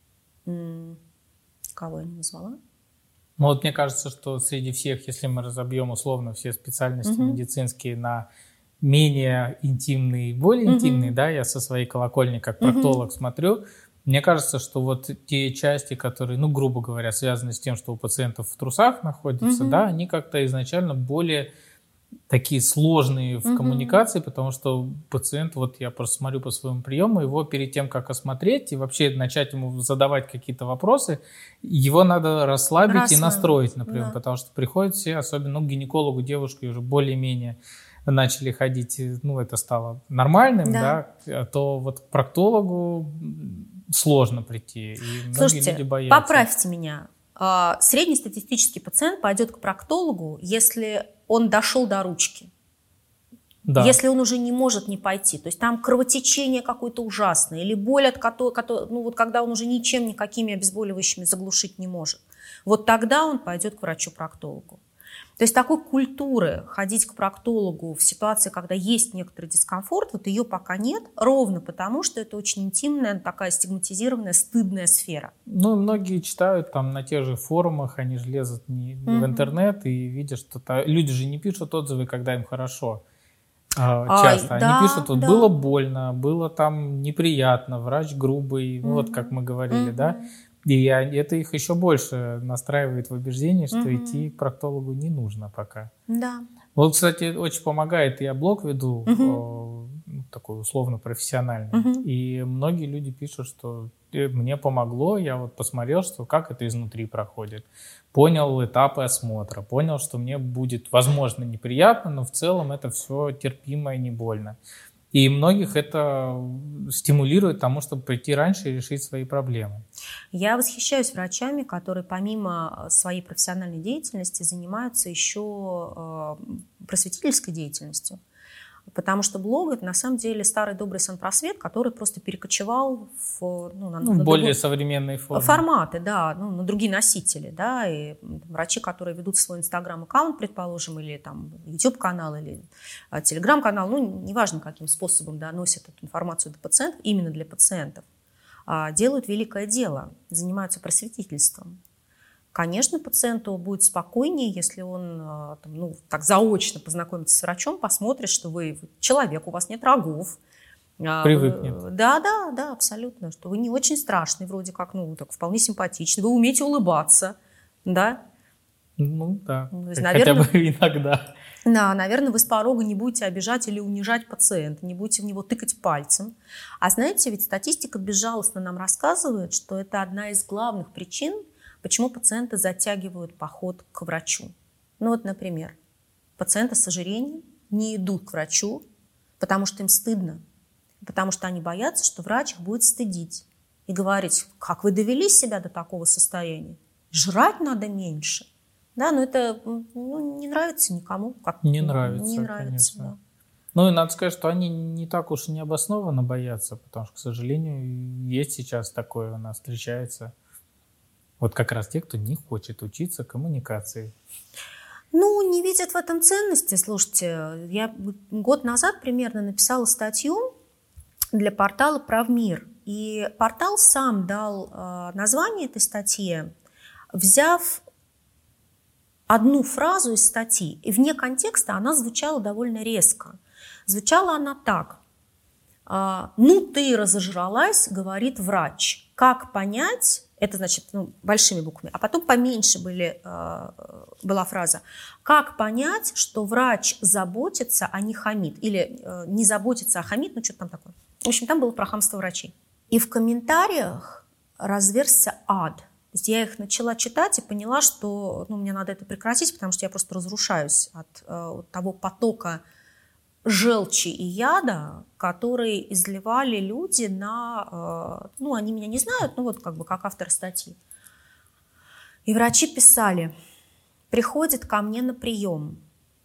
Speaker 3: Кого я не назвала?
Speaker 2: Ну вот мне кажется, что среди всех, если мы разобьем условно все специальности угу. медицинские на менее интимные и более угу. интимные, да, я со своей колокольни как проктолог угу. смотрю, мне кажется, что вот те части, которые, ну, грубо говоря, связаны с тем, что у пациентов в трусах находятся, угу. да, они как-то изначально более... такие сложные в угу. коммуникации, потому что пациент, вот я просто смотрю по своему приему, его перед тем, как осмотреть и вообще начать ему задавать какие-то вопросы, его надо расслабить, расслабить. и настроить, например, да. потому что приходят все, особенно ну, к гинекологу девушки уже более-менее начали ходить, ну, это стало нормальным, да, да а то вот к проктологу сложно прийти, и многие
Speaker 3: Слушайте,
Speaker 2: люди боятся.
Speaker 3: Поправьте меня. Среднестатистический пациент пойдет к проктологу, если он дошел до ручки. Да. Если он уже не может не пойти. То есть там кровотечение какое-то ужасное, или боль, от которой, ну, вот когда он уже ничем, никакими обезболивающими заглушить не может. Вот тогда он пойдет к врачу-проктологу. То есть такой культуры ходить к проктологу в ситуации, когда есть некоторый дискомфорт, вот ее пока нет, ровно потому, что это очень интимная, такая стигматизированная, стыдная сфера.
Speaker 2: Ну, многие читают там на тех же форумах, они же лезут не mm-hmm. в интернет и видят, что -то... люди же не пишут отзывы, когда им хорошо. А, часто. Ай, они да, пишут, вот да. было больно, было там неприятно, врач грубый, mm-hmm. ну, вот как мы говорили, mm-hmm. да. И это их еще больше настраивает в убеждении, что угу. идти к проктологу не нужно пока.
Speaker 3: Да.
Speaker 2: Вот, кстати, очень помогает, я блог веду, угу. э, такой условно профессиональный, угу. и многие люди пишут, что мне помогло, я вот посмотрел, что как это изнутри проходит. Понял этапы осмотра, понял, что мне будет, возможно, неприятно, но в целом это все терпимо и не больно. И многих это стимулирует тому, чтобы прийти раньше и решить свои проблемы.
Speaker 3: Я восхищаюсь врачами, которые помимо своей профессиональной деятельности занимаются еще просветительской деятельностью. Потому что блог – это на самом деле старый добрый санпросвет, который просто перекочевал в, ну, на,
Speaker 2: ну,
Speaker 3: на
Speaker 2: более
Speaker 3: другой,
Speaker 2: современные формы.
Speaker 3: форматы, да, ну, на другие носители, да, и там, врачи, которые ведут свой инстаграм-аккаунт, предположим, или там ютуб-канал, или а, телеграм-канал, ну, неважно, каким способом доносят эту информацию до пациентов, именно для пациентов, а, делают великое дело, занимаются просветительством. Конечно, пациенту будет спокойнее, если он там, ну, так заочно познакомится с врачом, посмотрит, что вы человек, у вас нет рогов.
Speaker 2: Привыкнет.
Speaker 3: Да, да, да, абсолютно. Что вы не очень страшный, вроде как, ну, так вполне симпатичный. Вы умеете улыбаться, да?
Speaker 2: Ну, да,
Speaker 3: есть,
Speaker 2: наверное, хотя бы иногда.
Speaker 3: Да, наверное, вы с порога не будете обижать или унижать пациента, не будете в него тыкать пальцем. А знаете, ведь статистика безжалостно нам рассказывает, что это одна из главных причин, почему пациенты затягивают поход к врачу. Ну вот, например, пациенты с ожирением не идут к врачу, потому что им стыдно, потому что они боятся, что врач их будет стыдить и говорить, как вы довели себя до такого состояния, жрать надо меньше. Да, но это ну, не нравится никому. Как
Speaker 2: не нравится,
Speaker 3: не нравится,
Speaker 2: конечно.
Speaker 3: Да.
Speaker 2: Ну и надо сказать, что они не так уж и необоснованно боятся, потому что, к сожалению, есть сейчас такое у нас встречается. Вот как раз те, кто не хочет учиться коммуникации.
Speaker 3: Ну, не видят в этом ценности. Слушайте, я год назад примерно написала статью для портала «Правмир». И портал сам дал э, название этой статье, взяв одну фразу из статьи. И вне контекста она звучала довольно резко. Звучала она так. Э, «Ну, ты разожралась, — говорит врач. Как понять?» Это значит ну, большими буквами. А потом поменьше были, э, была фраза. Как понять, что врач заботится, а не хамит? Или э, не заботится, а хамит? Ну, что-то там такое. В общем, там было про хамство врачей. И в комментариях разверзся ад. То есть я их начала читать и поняла, что ну, мне надо это прекратить, потому что я просто разрушаюсь от э, того потока желчи и яда, которые изливали люди на... Ну, они меня не знают, ну, вот как бы как автор статьи. И врачи писали, приходит ко мне на прием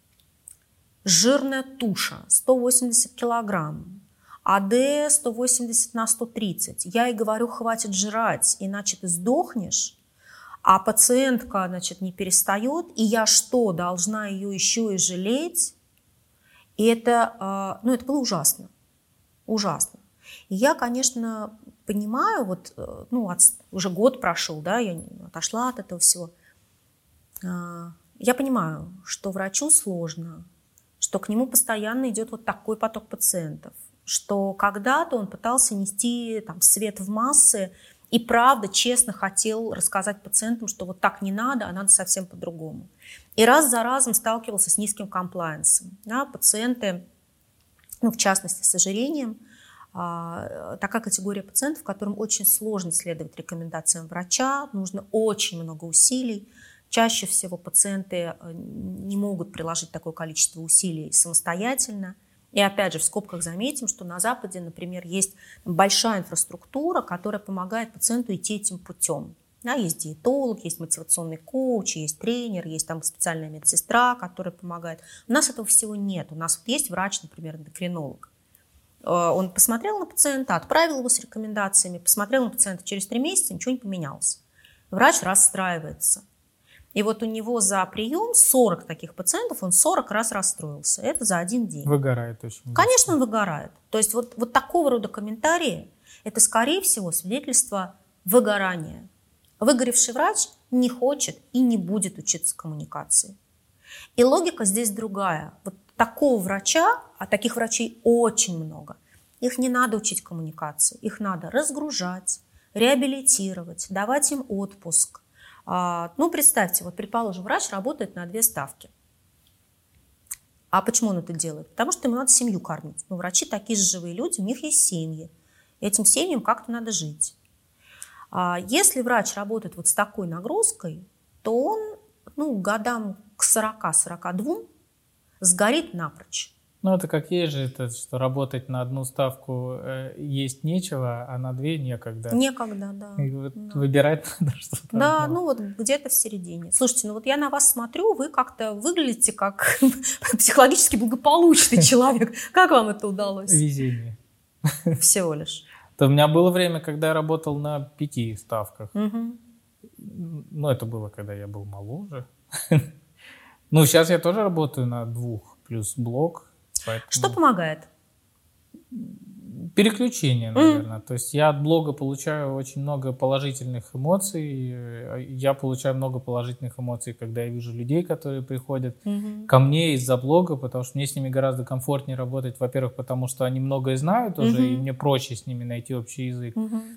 Speaker 3: жирная туша, сто восемьдесят килограмм, АД сто восемьдесят на сто тридцать. Я ей говорю, хватит жрать, иначе ты сдохнешь. А пациентка, значит, не перестает, и я что, должна ее еще и жалеть? И это, ну, это было ужасно, ужасно. И я, конечно, понимаю, вот, ну, от, уже год прошел, да, я отошла от этого всего. Я понимаю, что врачу сложно, что к нему постоянно идет вот такой поток пациентов, что когда-то он пытался нести там, свет в массы и правда, честно хотел рассказать пациентам, что вот так не надо, а надо совсем по-другому. И раз за разом сталкивался с низким комплаенсом. Да, пациенты, ну, в частности, с ожирением, а, такая категория пациентов, которым очень сложно следовать рекомендациям врача, нужно очень много усилий. Чаще всего пациенты не могут приложить такое количество усилий самостоятельно. И опять же, в скобках заметим, что на Западе, например, есть большая инфраструктура, которая помогает пациенту идти этим путем. Да, есть диетолог, есть мотивационный коуч, есть тренер, есть там специальная медсестра, которая помогает. У нас этого всего нет. У нас вот есть врач, например, эндокринолог. Он посмотрел на пациента, отправил его с рекомендациями, посмотрел на пациента через три месяца, ничего не поменялось. Врач расстраивается. И вот у него за прием сорок таких пациентов, он сорок раз расстроился. Это за один день.
Speaker 2: Выгорает очень.
Speaker 3: Конечно, он выгорает. То есть вот, вот такого рода комментарии, это, скорее всего, свидетельство выгорания. Выгоревший врач не хочет и не будет учиться коммуникации. И логика здесь другая. Вот такого врача, а таких врачей очень много, их не надо учить коммуникации. Их надо разгружать, реабилитировать, давать им отпуск. Ну, представьте, вот, предположим, врач работает на две ставки. А почему он это делает? Потому что ему надо семью кормить. Ну, врачи такие же живые люди, у них есть семьи. Этим семьям как-то надо жить. Если врач работает вот с такой нагрузкой, то он ну, годам к сорока-сорока двум сгорит напрочь.
Speaker 2: Ну, это как есть же, это, что работать на одну ставку э, есть нечего, а на две некогда.
Speaker 3: Некогда, да.
Speaker 2: И вот
Speaker 3: да.
Speaker 2: выбирать надо что-то.
Speaker 3: Да,
Speaker 2: одно.
Speaker 3: ну вот где-то в середине. Слушайте, ну вот я на вас смотрю, вы как-то выглядите как психологически благополучный человек. Как вам это удалось?
Speaker 2: Везение.
Speaker 3: Всего лишь.
Speaker 2: То у меня было время, когда я работал на пяти ставках.
Speaker 3: Угу.
Speaker 2: Ну, это было, когда я был моложе. Ну, сейчас я тоже работаю на двух плюс блок. Поэтому...
Speaker 3: Что помогает?
Speaker 2: Переключение, наверное. Mm. То есть я от блога получаю очень много положительных эмоций. Я получаю много положительных эмоций, когда я вижу людей, которые приходят mm-hmm. ко мне из-за блога, потому что мне с ними гораздо комфортнее работать. Во-первых, потому что они многое знают уже, mm-hmm. и мне проще с ними найти общий язык. Mm-hmm.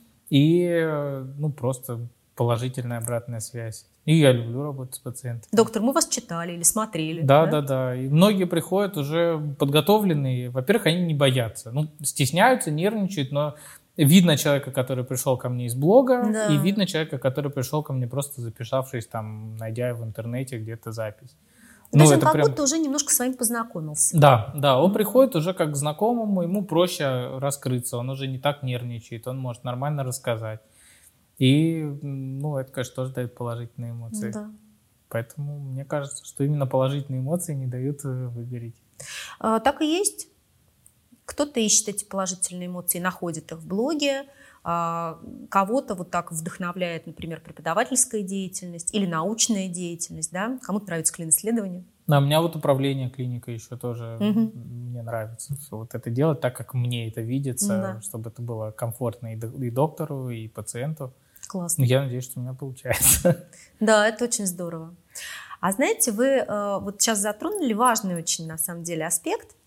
Speaker 2: И, ну, просто положительная обратная связь. И я люблю работать с пациентами.
Speaker 3: Доктор, мы вас читали или смотрели.
Speaker 2: Да, да, да, да. И многие приходят уже подготовленные. Во-первых, они не боятся. Ну, стесняются, нервничают, но видно человека, который пришел ко мне из блога, да. и видно человека, который пришел ко мне просто записавшись, там, найдя в интернете где-то запись.
Speaker 3: То есть ну, он как прям... будто уже немножко с вами познакомился.
Speaker 2: Да, да, он приходит уже как к знакомому, ему проще раскрыться, он уже не так нервничает, он может нормально рассказать. И, ну, это, конечно, тоже дает положительные эмоции. Да. Поэтому мне кажется, что именно положительные эмоции не дают выберить.
Speaker 3: А, так и есть. Кто-то ищет эти положительные эмоции, находит их в блоге. А, кого-то вот так вдохновляет, например, преподавательская деятельность или научная деятельность. Да? Кому-то нравится клин-исследование.
Speaker 2: Да, у меня вот управление клиникой еще тоже угу. мне нравится. Вот это делать так, как мне это видится, да. чтобы это было комфортно и доктору, и пациенту.
Speaker 3: Классно.
Speaker 2: Я надеюсь, что у меня получается.
Speaker 3: Да, это очень здорово. А знаете, вы э, вот сейчас затронули важный очень, на самом деле, аспект,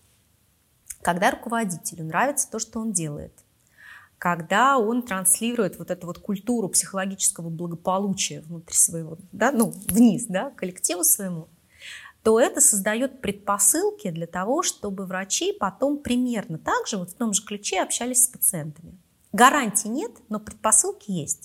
Speaker 3: когда руководителю нравится то, что он делает, когда он транслирует вот эту вот культуру психологического благополучия внутри своего, да, ну, вниз, да, коллективу своему, то это создает предпосылки для того, чтобы врачи потом примерно так же, вот в том же ключе общались с пациентами. Гарантий нет, но предпосылки есть.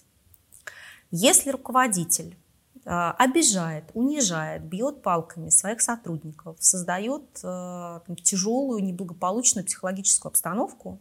Speaker 3: Если руководитель э, обижает, унижает, бьет палками своих сотрудников, создает э, тяжелую, неблагополучную психологическую обстановку,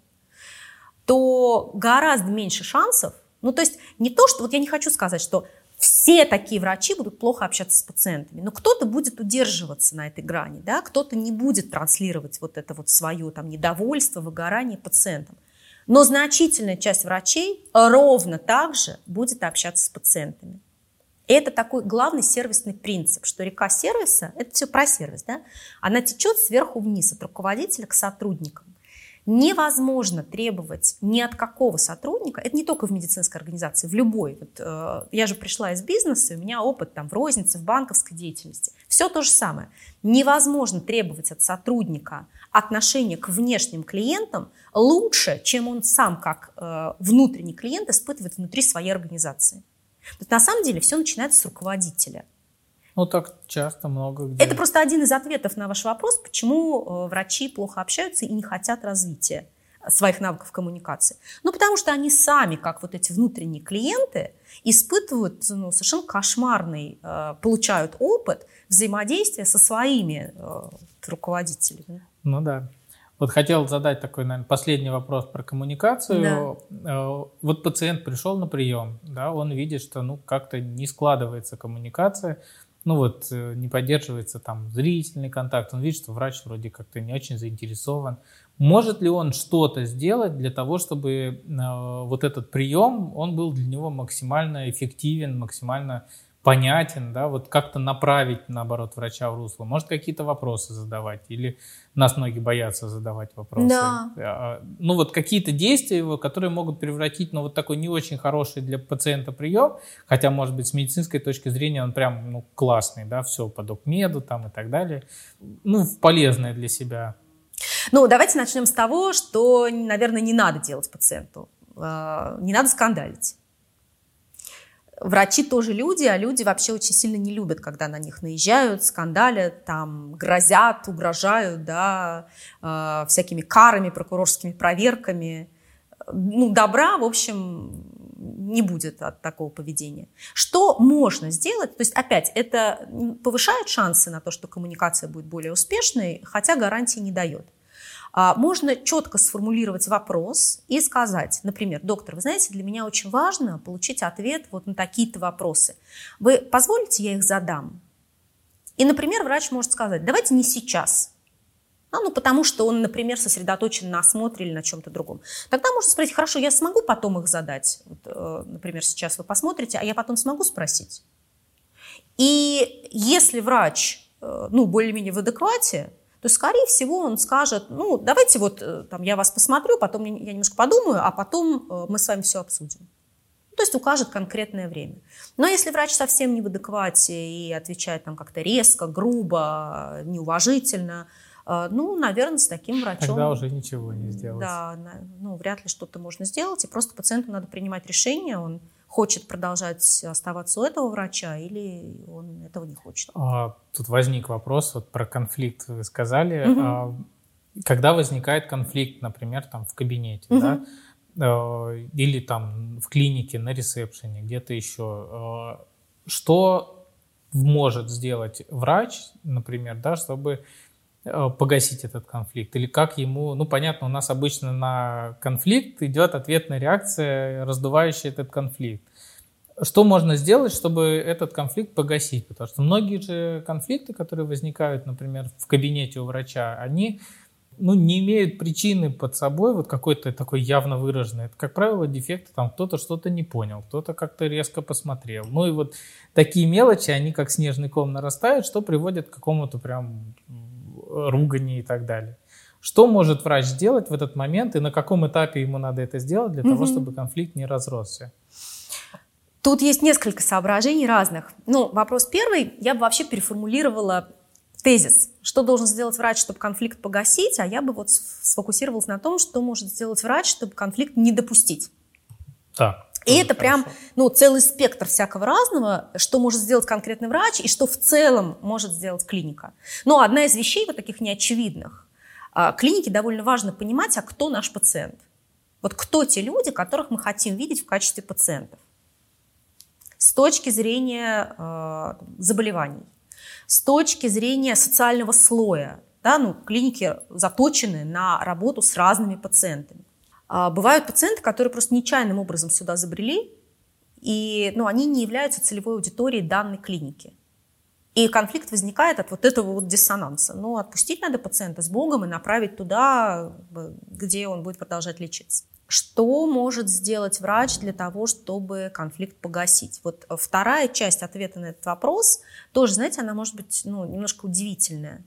Speaker 3: то гораздо меньше шансов. Ну, то есть не то, что... Вот я не хочу сказать, что все такие врачи будут плохо общаться с пациентами, но кто-то будет удерживаться на этой грани, да? Кто-то не будет транслировать вот это вот свое там, недовольство, выгорание пациентам. Но значительная часть врачей ровно так же будет общаться с пациентами. И это такой главный сервисный принцип, что река сервиса, это все про сервис, да? Она течет сверху вниз, от руководителя к сотрудникам. Невозможно требовать ни от какого сотрудника, это не только в медицинской организации, в любой. Вот, э, я же пришла из бизнеса, у меня опыт там, в рознице, в банковской деятельности. Все то же самое. Невозможно требовать от сотрудника отношения к внешним клиентам лучше, чем он сам как э, внутренний клиент испытывает внутри своей организации. То на самом деле все начинается с руководителя.
Speaker 2: Ну, так часто, много где.
Speaker 3: Это просто один из ответов на ваш вопрос, почему врачи плохо общаются и не хотят развития своих навыков коммуникации. Ну, потому что они сами, как вот эти внутренние клиенты, испытывают ну, совершенно кошмарный, э, получают опыт взаимодействия со своими э, руководителями.
Speaker 2: Ну да. Вот хотел задать такой, наверное, последний вопрос про коммуникацию. Да. Вот пациент пришел на прием, да, он видит, что ну, как-то не складывается коммуникация, ну вот не поддерживается там зрительный контакт, он видит, что врач вроде как-то не очень заинтересован. Может ли он что-то сделать для того, чтобы э, вот этот прием, он был для него максимально эффективен, максимально понятен, да, вот как-то направить, наоборот, врача в русло? Может, какие-то вопросы задавать? Или нас многие боятся задавать вопросы?
Speaker 3: Да.
Speaker 2: Ну, вот какие-то действия его, которые могут превратить, ну, вот такой не очень хороший для пациента прием, хотя, может быть, с медицинской точки зрения он прям, ну, классный, да, все по докмеду там и так далее, ну, полезное для себя.
Speaker 3: Ну, давайте начнем с того, что, наверное, не надо делать пациенту. Не надо скандалить. Врачи тоже люди, а люди вообще очень сильно не любят, когда на них наезжают, скандалят, там, грозят, угрожают, да, э, всякими карами, прокурорскими проверками. Ну, добра, в общем, не будет от такого поведения. Что можно сделать? То есть, опять, это повышает шансы на то, что коммуникация будет более успешной, хотя гарантии не дает. Можно четко сформулировать вопрос и сказать, например, доктор, вы знаете, для меня очень важно получить ответ вот на такие-то вопросы. Вы позволите, я их задам? И, например, врач может сказать, давайте не сейчас. А, ну, потому что он, например, сосредоточен на осмотре или на чем-то другом. Тогда можно спросить, хорошо, я смогу потом их задать? Вот, э, например, сейчас вы посмотрите, а я потом смогу спросить? И если врач, э, ну, более-менее в адеквате, то, скорее всего, он скажет, ну, давайте вот там, я вас посмотрю, потом я немножко подумаю, а потом мы с вами все обсудим. То есть укажет конкретное время. Но если врач совсем не в адеквате и отвечает там как-то резко, грубо, неуважительно, ну, наверное, с таким врачом...
Speaker 2: Тогда уже ничего не сделать.
Speaker 3: Да, ну, вряд ли что-то можно сделать, и просто пациенту надо принимать решение, он хочет продолжать оставаться у этого врача или он этого не хочет.
Speaker 2: А, тут возник вопрос, вот про конфликт вы сказали.
Speaker 3: Угу.
Speaker 2: А, когда возникает конфликт, например, там в кабинете,
Speaker 3: угу.
Speaker 2: да, а, или там в клинике, на ресепшене, где-то еще, а, что может сделать врач, например, да, чтобы погасить этот конфликт? Или как ему... Ну, понятно, у нас обычно на конфликт идет ответная реакция, раздувающая этот конфликт. Что можно сделать, чтобы этот конфликт погасить? Потому что многие же конфликты, которые возникают, например, в кабинете у врача, они, ну, не имеют причины под собой вот какой-то такой явно выраженной. Это, как правило, дефекты, там кто-то что-то не понял, кто-то как-то резко посмотрел. Ну и вот такие мелочи, они как снежный ком нарастают, что приводит к какому-то прям... ругани и так далее. Что может врач сделать в этот момент и на каком этапе ему надо это сделать для mm-hmm. того, чтобы конфликт не разросся?
Speaker 3: Тут есть несколько соображений разных. Ну, вопрос первый, я бы вообще переформулировала тезис. Что должен сделать врач, чтобы конфликт погасить, а я бы вот сфокусировалась на том, что может сделать врач, чтобы конфликт не допустить.
Speaker 2: Так.
Speaker 3: И это прям, ну, целый спектр всякого разного, что может сделать конкретный врач и что в целом может сделать клиника. Но одна из вещей вот таких неочевидных. Клинике довольно важно понимать, а кто наш пациент. Вот кто те люди, которых мы хотим видеть в качестве пациентов. С точки зрения э, заболеваний, с точки зрения социального слоя. Да, ну, клиники заточены на работу с разными пациентами. Бывают пациенты, которые просто нечаянным образом сюда забрели, и ну, они не являются целевой аудиторией данной клиники. И конфликт возникает от вот этого вот диссонанса. Но отпустить надо пациента с Богом и направить туда, где он будет продолжать лечиться. Что может сделать врач для того, чтобы конфликт погасить? Вот вторая часть ответа на этот вопрос, тоже, знаете, она может быть ну, немножко удивительная.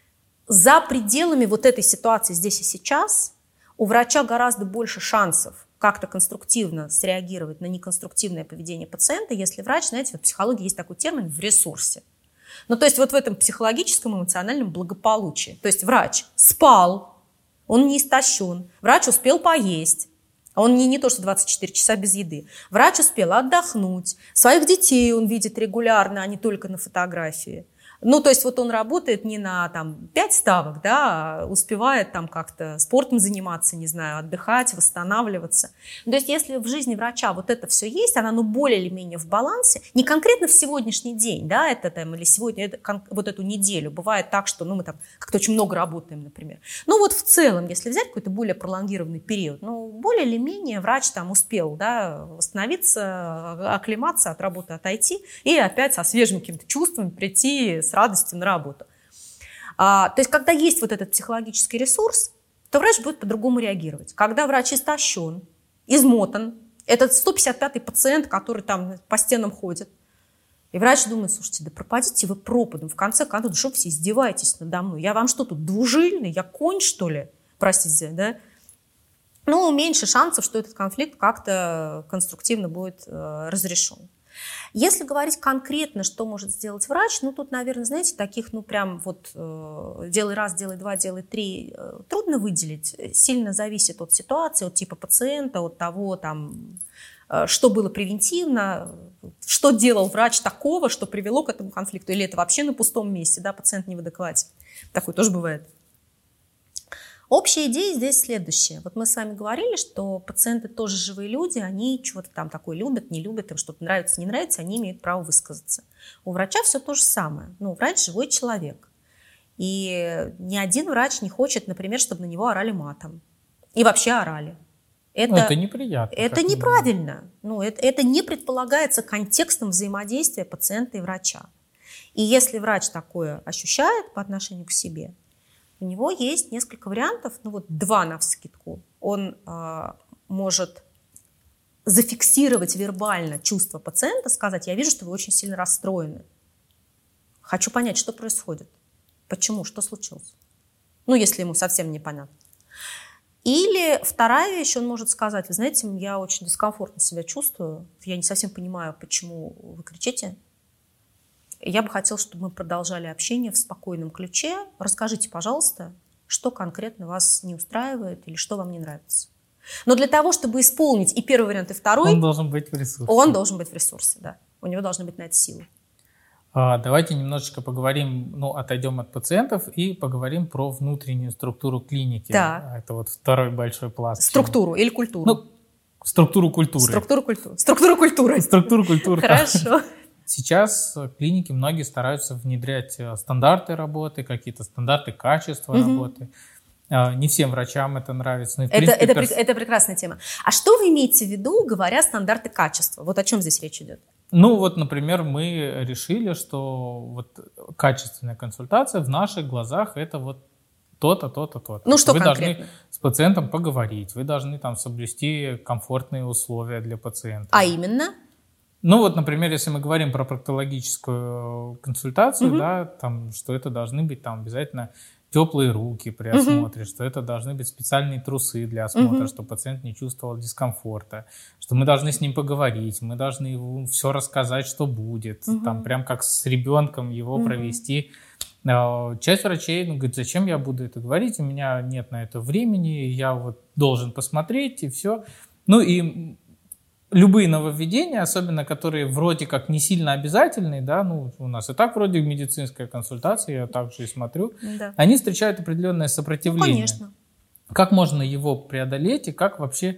Speaker 3: За пределами вот этой ситуации здесь и сейчас у врача гораздо больше шансов как-то конструктивно среагировать на неконструктивное поведение пациента, если врач, знаете, вот в психологии есть такой термин «в ресурсе». Ну, то есть вот в этом психологическом эмоциональном благополучии. То есть врач спал, он не истощен, врач успел поесть, а он не, не то, что двадцать четыре часа без еды. Врач успел отдохнуть, своих детей он видит регулярно, а не только на фотографии. Ну, то есть вот он работает не на там, пять ставок, да, а успевает там как-то спортом заниматься, не знаю, отдыхать, восстанавливаться. То есть если в жизни врача вот это все есть, она ну, более или менее в балансе, не конкретно в сегодняшний день, да, это там, или сегодня, это, вот эту неделю. Бывает так, что ну, мы там как-то очень много работаем, например. Ну вот в целом, если взять какой-то более пролонгированный период, ну, более или менее врач там успел, да, восстановиться, оклематься, от работы отойти и опять со свежим каким-то чувством прийти с радостью на работу. А, то есть, когда есть вот этот психологический ресурс, то врач будет по-другому реагировать. Когда врач истощен, измотан, этот сто пятьдесят пятый пациент, который там по стенам ходит, и врач думает, слушайте, да пропадите вы пропадом, в конце концов, да что вы все издеваетесь надо мной? Я вам что тут, двужильный? Я конь, что ли? Простите, да? Ну, меньше шансов, что этот конфликт как-то конструктивно будет э, разрешен. Если говорить конкретно, что может сделать врач, ну, тут, наверное, знаете, таких, ну, прям вот э, делай раз, делай два, делай три, э, трудно выделить. Сильно зависит от ситуации, от типа пациента, от того, там, э, что было превентивно, что делал врач такого, что привело к этому конфликту, или это вообще на пустом месте, да, пациент не в адеквате. Такое тоже бывает. Общая идея здесь следующая. Вот мы с вами говорили, что пациенты тоже живые люди, они чего-то там такое любят, не любят, им что-то нравится, не нравится, они имеют право высказаться. У врача все то же самое. Ну, врач живой человек. И ни один врач не хочет, например, чтобы на него орали матом. И вообще орали. Это,
Speaker 2: ну, это неприятно.
Speaker 3: Это неправильно. Ну, это, это не предполагается контекстом взаимодействия пациента и врача. И если врач такое ощущает по отношению к себе, у него есть несколько вариантов, ну вот два навскидку. Он э, может зафиксировать вербально чувство пациента, сказать: я вижу, что вы очень сильно расстроены. Хочу понять, что происходит. Почему? Что случилось? Ну, если ему совсем непонятно. Или вторая вещь, он может сказать: вы знаете, я очень дискомфортно себя чувствую, я не совсем понимаю, почему вы кричите. Я бы хотела, чтобы мы продолжали общение в спокойном ключе. Расскажите, пожалуйста, что конкретно вас не устраивает или что вам не нравится. Но для того, чтобы исполнить и первый вариант, и второй,
Speaker 2: он должен быть в ресурсе.
Speaker 3: Он должен быть в ресурсе, да. У него должны быть на это силы.
Speaker 2: Давайте немножечко поговорим, ну, отойдем от пациентов и поговорим про внутреннюю структуру клиники.
Speaker 3: Да.
Speaker 2: Это вот второй большой пласт.
Speaker 3: Структуру или культуру?
Speaker 2: Ну, структуру культуры.
Speaker 3: Структуру культуры. Структуру культуры.
Speaker 2: Структуру культуры.
Speaker 3: Хорошо.
Speaker 2: Сейчас клиники многие стараются внедрять стандарты работы, какие-то стандарты качества угу. работы. Не всем врачам это нравится. Но,
Speaker 3: это,
Speaker 2: принципе,
Speaker 3: это,
Speaker 2: перс...
Speaker 3: это прекрасная тема. А что вы имеете в виду, говоря стандарты качества? Вот о чем здесь речь идет?
Speaker 2: Ну вот, например, мы решили, что вот качественная консультация в наших глазах это вот то-то, то-то, то-то.
Speaker 3: Ну что
Speaker 2: вы
Speaker 3: конкретно?
Speaker 2: Должны с пациентом поговорить, вы должны там соблюсти комфортные условия для пациента.
Speaker 3: А именно?
Speaker 2: Ну вот, например, если мы говорим про проктологическую консультацию,
Speaker 3: угу.
Speaker 2: да, там, что это должны быть там обязательно теплые руки при осмотре, uh-huh. что это должны быть специальные трусы для осмотра, uh-huh. чтобы пациент не чувствовал дискомфорта, что мы должны с ним поговорить, мы должны ему все рассказать, что будет, uh-huh. там прям как с ребенком его uh-huh. провести. Часть врачей ну, говорит: зачем я буду это говорить, у меня нет на это времени, я вот должен посмотреть и все. Ну и любые нововведения, особенно которые вроде как не сильно обязательные, да, ну, у нас и так вроде медицинская консультация, я также и смотрю,
Speaker 3: да.
Speaker 2: они встречают определенное сопротивление.
Speaker 3: Ну, конечно.
Speaker 2: Как можно его преодолеть и как вообще,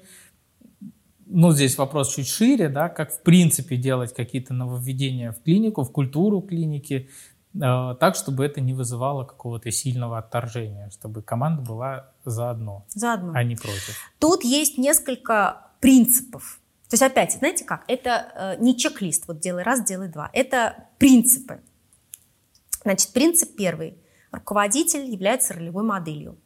Speaker 2: ну, здесь вопрос чуть шире, да, как в принципе делать какие-то нововведения в клинику, в культуру клиники, э, так, чтобы это не вызывало какого-то сильного отторжения, чтобы команда была заодно,
Speaker 3: заодно.
Speaker 2: а не против.
Speaker 3: Тут есть несколько принципов. То есть опять, знаете как, это э, не чек-лист, вот делай раз, делай два, это принципы. Значит, принцип первый. Руководитель является ролевой моделью.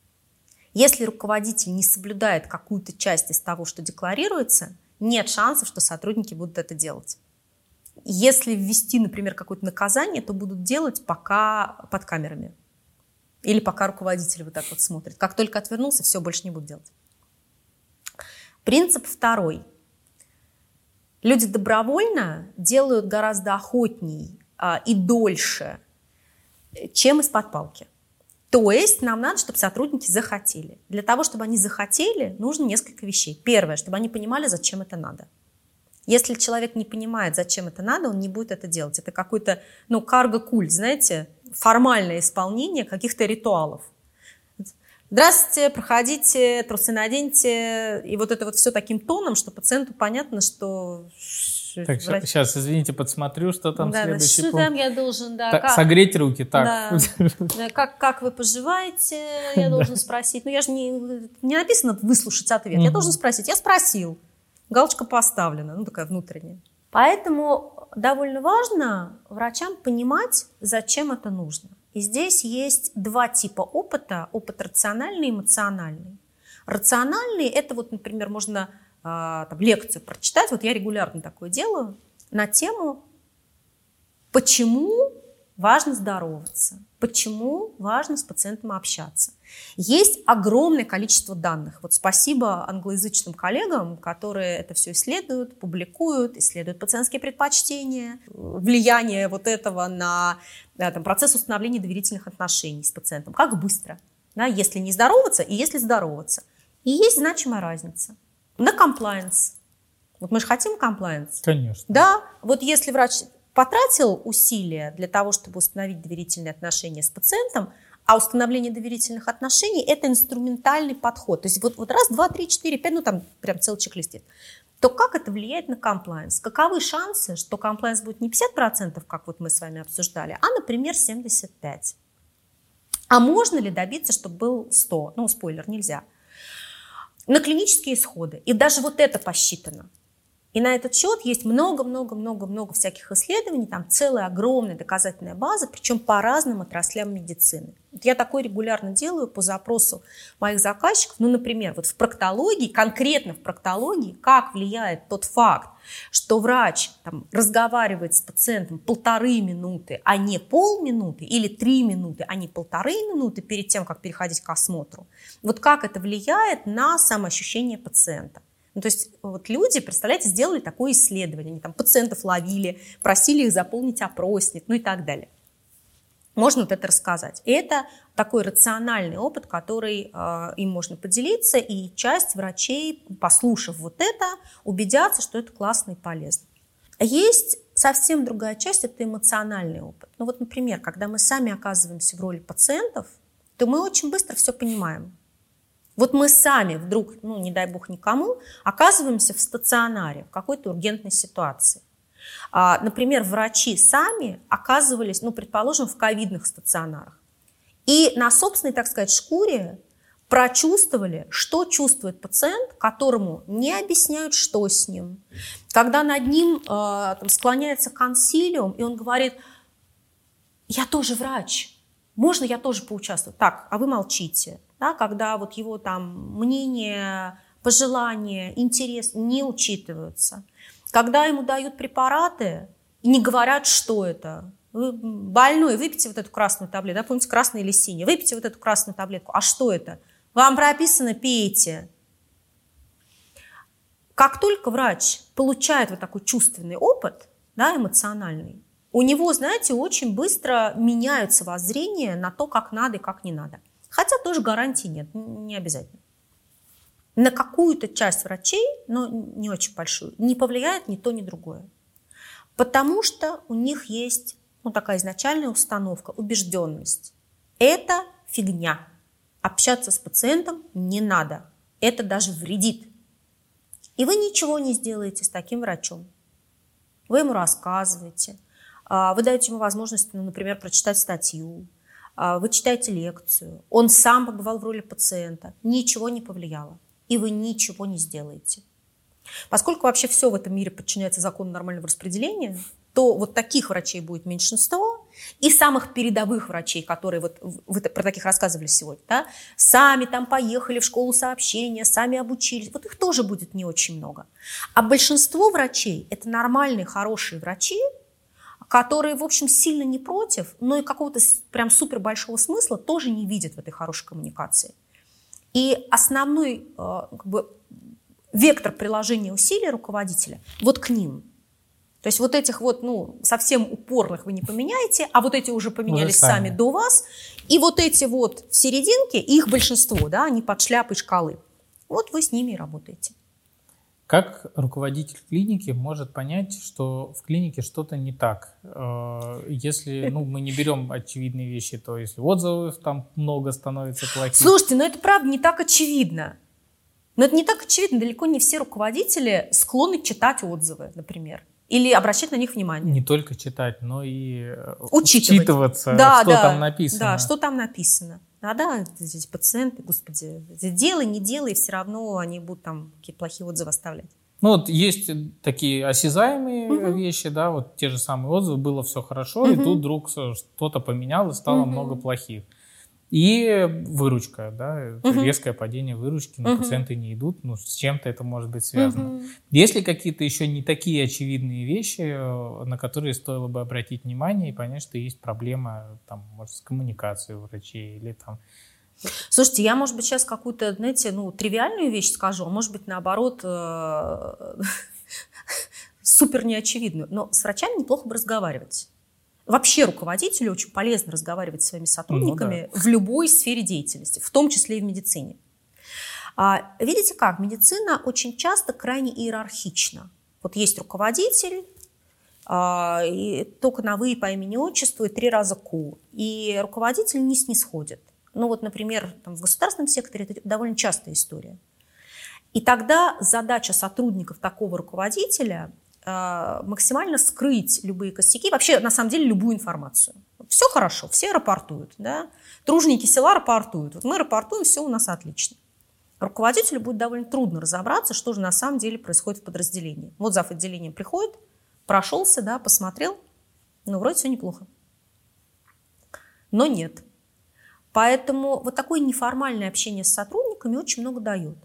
Speaker 3: Если руководитель не соблюдает какую-то часть из того, что декларируется, нет шансов, что сотрудники будут это делать. Если ввести, например, какое-то наказание, то будут делать пока под камерами. Или пока руководитель вот так вот смотрит. Как только отвернулся, все, больше не будут делать. Принцип второй. Люди добровольно делают гораздо охотней а, и дольше, чем из-под палки. То есть нам надо, чтобы сотрудники захотели. Для того, чтобы они захотели, нужно несколько вещей. Первое, чтобы они понимали, зачем это надо. Если человек не понимает, зачем это надо, он не будет это делать. Это какой-то, ну, карго-культ, знаете, формальное исполнение каких-то ритуалов. Здравствуйте, проходите, трусы наденьте. И вот это вот все таким тоном, что пациенту понятно, что...
Speaker 2: Так, врач... сейчас, извините, подсмотрю, что там
Speaker 3: да,
Speaker 2: следующий
Speaker 3: что
Speaker 2: пункт.
Speaker 3: там я должен, да.
Speaker 2: Так,
Speaker 3: как...
Speaker 2: Согреть руки, так.
Speaker 3: Да. Как, как вы поживаете, я должен спросить. Ну, я же не, не написано выслушать ответ. Я должен спросить. Я спросил. Галочка поставлена, ну, такая внутренняя. Поэтому довольно важно врачам понимать, зачем это нужно. И здесь есть два типа опыта. Опыт рациональный и эмоциональный. Рациональный – это вот, например, можно э, там, лекцию прочитать. Вот я регулярно такое делаю на тему, почему важно здороваться, почему важно с пациентом общаться. Есть огромное количество данных. Вот спасибо англоязычным коллегам, которые это все исследуют, публикуют, исследуют пациентские предпочтения, влияние вот этого на да, там, процесс установления доверительных отношений с пациентом. Как быстро, да, если не здороваться и если здороваться. И есть значимая разница. На комплаенс. Вот мы же хотим комплаенс.
Speaker 2: Конечно.
Speaker 3: Да, вот если врач потратил усилия для того, чтобы установить доверительные отношения с пациентом, а установление доверительных отношений – это инструментальный подход. То есть вот, вот раз, два, три, четыре, пять, ну там прям целый чек-лист есть. То как это влияет на комплаенс? Каковы шансы, что комплаенс будет не пятьдесят процентов, как вот мы с вами обсуждали, а, например, семьдесят пять процентов? А можно ли добиться, чтобы был сто? Ну, спойлер, нельзя. На клинические исходы. И даже вот это посчитано. И на этот счет есть много-много-много-много всяких исследований, там целая огромная доказательная база, причем по разным отраслям медицины. Вот я такое регулярно делаю по запросу моих заказчиков. Ну, например, вот в проктологии, конкретно в проктологии, как влияет тот факт, что врач там, разговаривает с пациентом полторы минуты, а не полминуты, или три минуты, а не полторы минуты перед тем, как переходить к осмотру. Вот как это влияет на самоощущение пациента. Ну, то есть вот люди, представляете, сделали такое исследование, они там пациентов ловили, просили их заполнить опросник, ну и так далее. Можно вот это рассказать. И это такой рациональный опыт, который э, им можно поделиться, и часть врачей, послушав вот это, убедятся, что это классно и полезно. Есть совсем другая часть, это эмоциональный опыт. Ну вот, например, когда мы сами оказываемся в роли пациентов, то мы очень быстро все понимаем. Вот мы сами вдруг, ну не дай бог никому, оказываемся в стационаре, в какой-то ургентной ситуации. А, например, врачи сами оказывались, ну предположим, в ковидных стационарах. И на собственной, так сказать, шкуре прочувствовали, что чувствует пациент, которому не объясняют, что с ним. Когда над ним э, там, склоняется консилиум, и он говорит: я тоже врач, можно я тоже поучаствую? Так, а вы молчите. Да, когда вот его там мнение, пожелания, интерес не учитываются. Когда ему дают препараты и не говорят, что это. Вы больной, выпейте вот эту красную таблетку. Да, помните, красная или синяя. Выпейте вот эту красную таблетку. А что это? Вам прописано, пейте. Как только врач получает вот такой чувственный опыт, да, эмоциональный, у него, знаете, очень быстро меняются воззрения на то, как надо и как не надо. Хотя тоже гарантии нет, не обязательно. На какую-то часть врачей, но не очень большую, не повлияет ни то, ни другое. Потому что у них есть ну, такая изначальная установка, убежденность. Это фигня. Общаться с пациентом не надо. Это даже вредит. И вы ничего не сделаете с таким врачом. Вы ему рассказываете, вы даете ему возможность, ну, например, прочитать статью, вы читаете лекцию, он сам побывал в роли пациента, ничего не повлияло, и вы ничего не сделаете. Поскольку вообще все в этом мире подчиняется закону нормального распределения, то вот таких врачей будет меньшинство, и самых передовых врачей, которые вот вы про таких рассказывали сегодня, да, сами там поехали в школу сообщения, сами обучились, вот их тоже будет не очень много. А большинство врачей – это нормальные, хорошие врачи, которые, в общем, сильно не против, но и какого-то прям супер большого смысла тоже не видят в этой хорошей коммуникации. И основной как бы, вектор приложения усилий руководителя вот к ним. То есть вот этих вот, ну, совсем упорных вы не поменяете, а вот эти уже поменялись уже сами. сами до вас. И вот эти вот в серединке, их большинство, да, они под шляпой шкалы. Вот вы с ними и работаете.
Speaker 2: Как руководитель клиники может понять, что в клинике что-то не так? Если ну, мы не берем очевидные вещи, то если отзывов там много становится плохих.
Speaker 3: Слушайте, ну это правда не так очевидно. Но это не так очевидно. Далеко не все руководители склонны читать отзывы, например. Или обращать на них внимание.
Speaker 2: Не только читать, но и
Speaker 3: учитывать.
Speaker 2: Учитываться,
Speaker 3: да,
Speaker 2: что
Speaker 3: да,
Speaker 2: там написано.
Speaker 3: Да, что там написано. А да, эти пациенты, господи, делай, не делай, все равно они будут там какие-то плохие отзывы оставлять.
Speaker 2: Ну вот есть такие осязаемые угу. вещи, да, вот те же самые отзывы, было все хорошо, угу. и тут вдруг что-то поменялось, стало угу. много плохих. И выручка, да, угу. резкое падение выручки, но угу. пациенты не идут, ну, с чем-то это может быть связано. Угу. Есть ли какие-то еще не такие очевидные вещи, на которые стоило бы обратить внимание и понять, что есть проблема, там, может, с коммуникацией у врачей или там...
Speaker 3: Слушайте, я, может быть, сейчас какую-то, знаете, ну, тривиальную вещь скажу, а может быть, наоборот, супер неочевидную, но с врачами неплохо бы разговаривать. Вообще руководителю очень полезно разговаривать с своими сотрудниками ну, да. в любой сфере деятельности, в том числе и в медицине. А, видите как, медицина очень часто крайне иерархична. Вот есть руководитель, а, и только на «вы» по имени-отчеству и три раза «ку». И руководитель не снисходит. Ну вот, например, там, в государственном секторе это довольно частая история. И тогда задача сотрудников такого руководителя максимально скрыть любые косяки, вообще, на самом деле, любую информацию. Все хорошо, все рапортуют, да? Труженики села рапортуют. Вот мы рапортуем, все у нас отлично. Руководителю будет довольно трудно разобраться, что же на самом деле происходит в подразделении. Вот зав. Отделением приходит, прошелся, да, посмотрел, ну, вроде все неплохо. Но нет. Поэтому вот такое неформальное общение с сотрудниками очень много дает.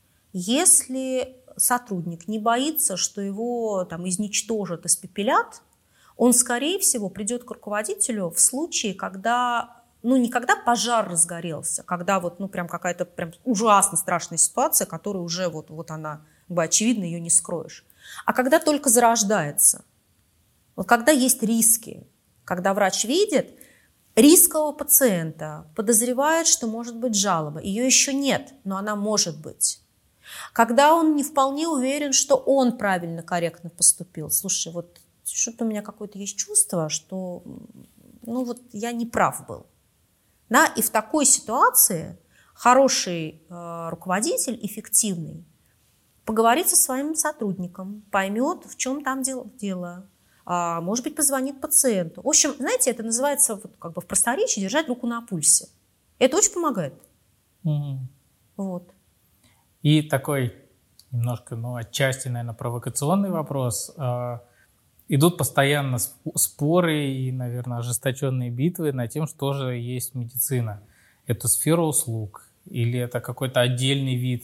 Speaker 3: Если сотрудник не боится, что его там изничтожат, испепелят, он, скорее всего, придет к руководителю в случае, когда, ну, не когда пожар разгорелся, когда вот, ну, прям какая-то прям ужасно страшная ситуация, которая уже вот, вот она, как бы, очевидно, ее не скроешь, а когда только зарождается. Вот когда есть риски, когда врач видит рискового пациента, подозревает, что может быть жалоба, ее еще нет, но она может быть. Когда он не вполне уверен, что он правильно, корректно поступил. Слушай, вот что-то у меня какое-то есть чувство, что, ну, вот я не прав был. Да? И в такой ситуации хороший э, руководитель, эффективный, поговорит со своим сотрудником, поймет, в чем там дело, дело. А, может быть, позвонит пациенту. В общем, знаете, это называется вот, как бы в просторечии держать руку на пульсе. Это очень помогает. Mm-hmm. Вот.
Speaker 2: И такой немножко, ну, отчасти, наверное, провокационный вопрос. Идут постоянно споры и, наверное, ожесточенные битвы на тем, что же есть медицина. Это сфера услуг или это какой-то отдельный вид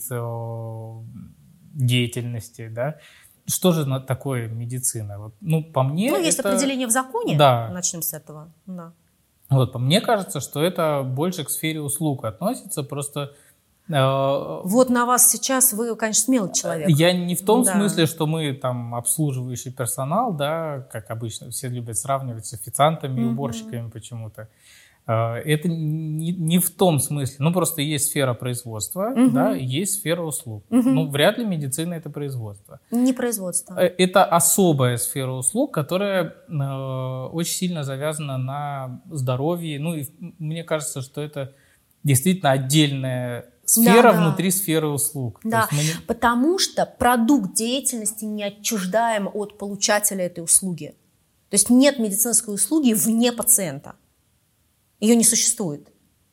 Speaker 2: деятельности, да? Что же такое медицина? Вот, ну, по мне,
Speaker 3: ну, есть
Speaker 2: это...
Speaker 3: определение в законе,
Speaker 2: да.
Speaker 3: Начнем с этого. Да.
Speaker 2: Вот, по мне кажется, что это больше к сфере услуг относится, просто...
Speaker 3: Вот на вас сейчас вы, конечно, смелый человек.
Speaker 2: Я не в том
Speaker 3: да.
Speaker 2: смысле, что мы там обслуживающий персонал, да, как обычно все любят сравнивать с официантами и mm-hmm. уборщиками почему-то. Это не, не в том смысле. Ну, просто есть сфера производства, mm-hmm. да, есть сфера услуг. Mm-hmm. Ну, вряд ли медицина — это производство.
Speaker 3: Не производство.
Speaker 2: Это особая сфера услуг, которая э, очень сильно завязана на здоровье. Ну, и мне кажется, что это действительно отдельная сфера да, внутри да. сферы услуг.
Speaker 3: Да, мы... потому что продукт деятельности не отчуждаем от получателя этой услуги. То есть нет медицинской услуги вне пациента. Ее не существует.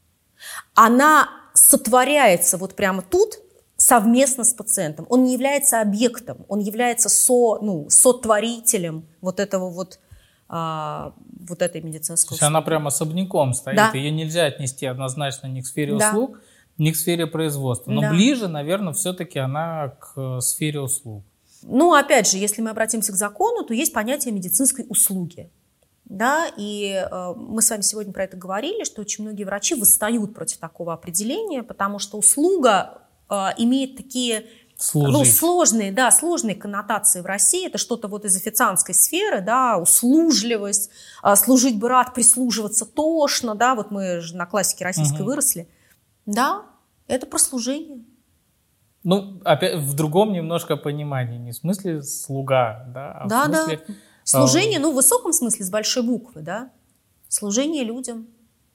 Speaker 3: Она сотворяется вот прямо тут совместно с пациентом. Он не является объектом, он является со, ну, сотворителем вот этого вот, а, вот этой медицинской услуги.
Speaker 2: Она прямо особняком стоит. Да. Ее нельзя отнести однозначно ни к сфере да. услуг, ни к сфере производства. Но да. ближе, наверное, все-таки она к сфере услуг.
Speaker 3: Ну, опять же, если мы обратимся к закону, то есть понятие медицинской услуги. Да, и э, мы с вами сегодня про это говорили, что очень многие врачи восстают против такого определения, потому что услуга э, имеет такие ну, сложные, да, сложные коннотации в России. Это что-то вот из официантской сферы, да, услужливость, э, служить бы рад, прислуживаться тошно, да, вот мы же на классике российской угу. выросли. Да, это про служение.
Speaker 2: Ну, опять в другом немножко понимании, не в смысле слуга, да, а
Speaker 3: да,
Speaker 2: в смысле...
Speaker 3: Да. Служение, ну, в высоком смысле, с большой буквы, да? Служение людям.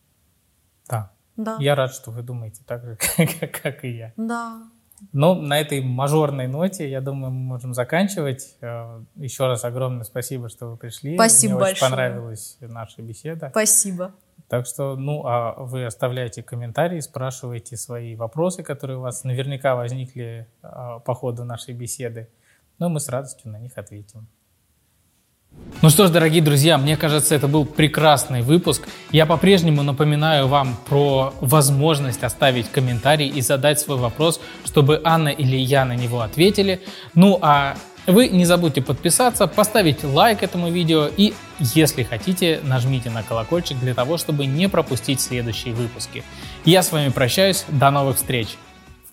Speaker 2: Да.
Speaker 3: Да.
Speaker 2: Я рад, что вы думаете так же, как, как и я.
Speaker 3: Да.
Speaker 2: Но на этой мажорной ноте, я думаю, мы можем заканчивать. Еще раз огромное спасибо, что вы пришли.
Speaker 3: Спасибо
Speaker 2: Мне
Speaker 3: большое.
Speaker 2: очень понравилась наша беседа.
Speaker 3: Спасибо.
Speaker 2: Так что, ну, а вы оставляйте комментарии, спрашивайте свои вопросы, которые у вас наверняка возникли по ходу нашей беседы. Но мы с радостью на них ответим. Ну что ж, дорогие друзья, мне кажется, это был прекрасный выпуск. Я по-прежнему напоминаю вам про возможность оставить комментарий и задать свой вопрос, чтобы Анна или я на него ответили. Ну а вы не забудьте подписаться, поставить лайк этому видео и, если хотите, нажмите на колокольчик для того, чтобы не пропустить следующие выпуски. Я с вами прощаюсь, до новых встреч!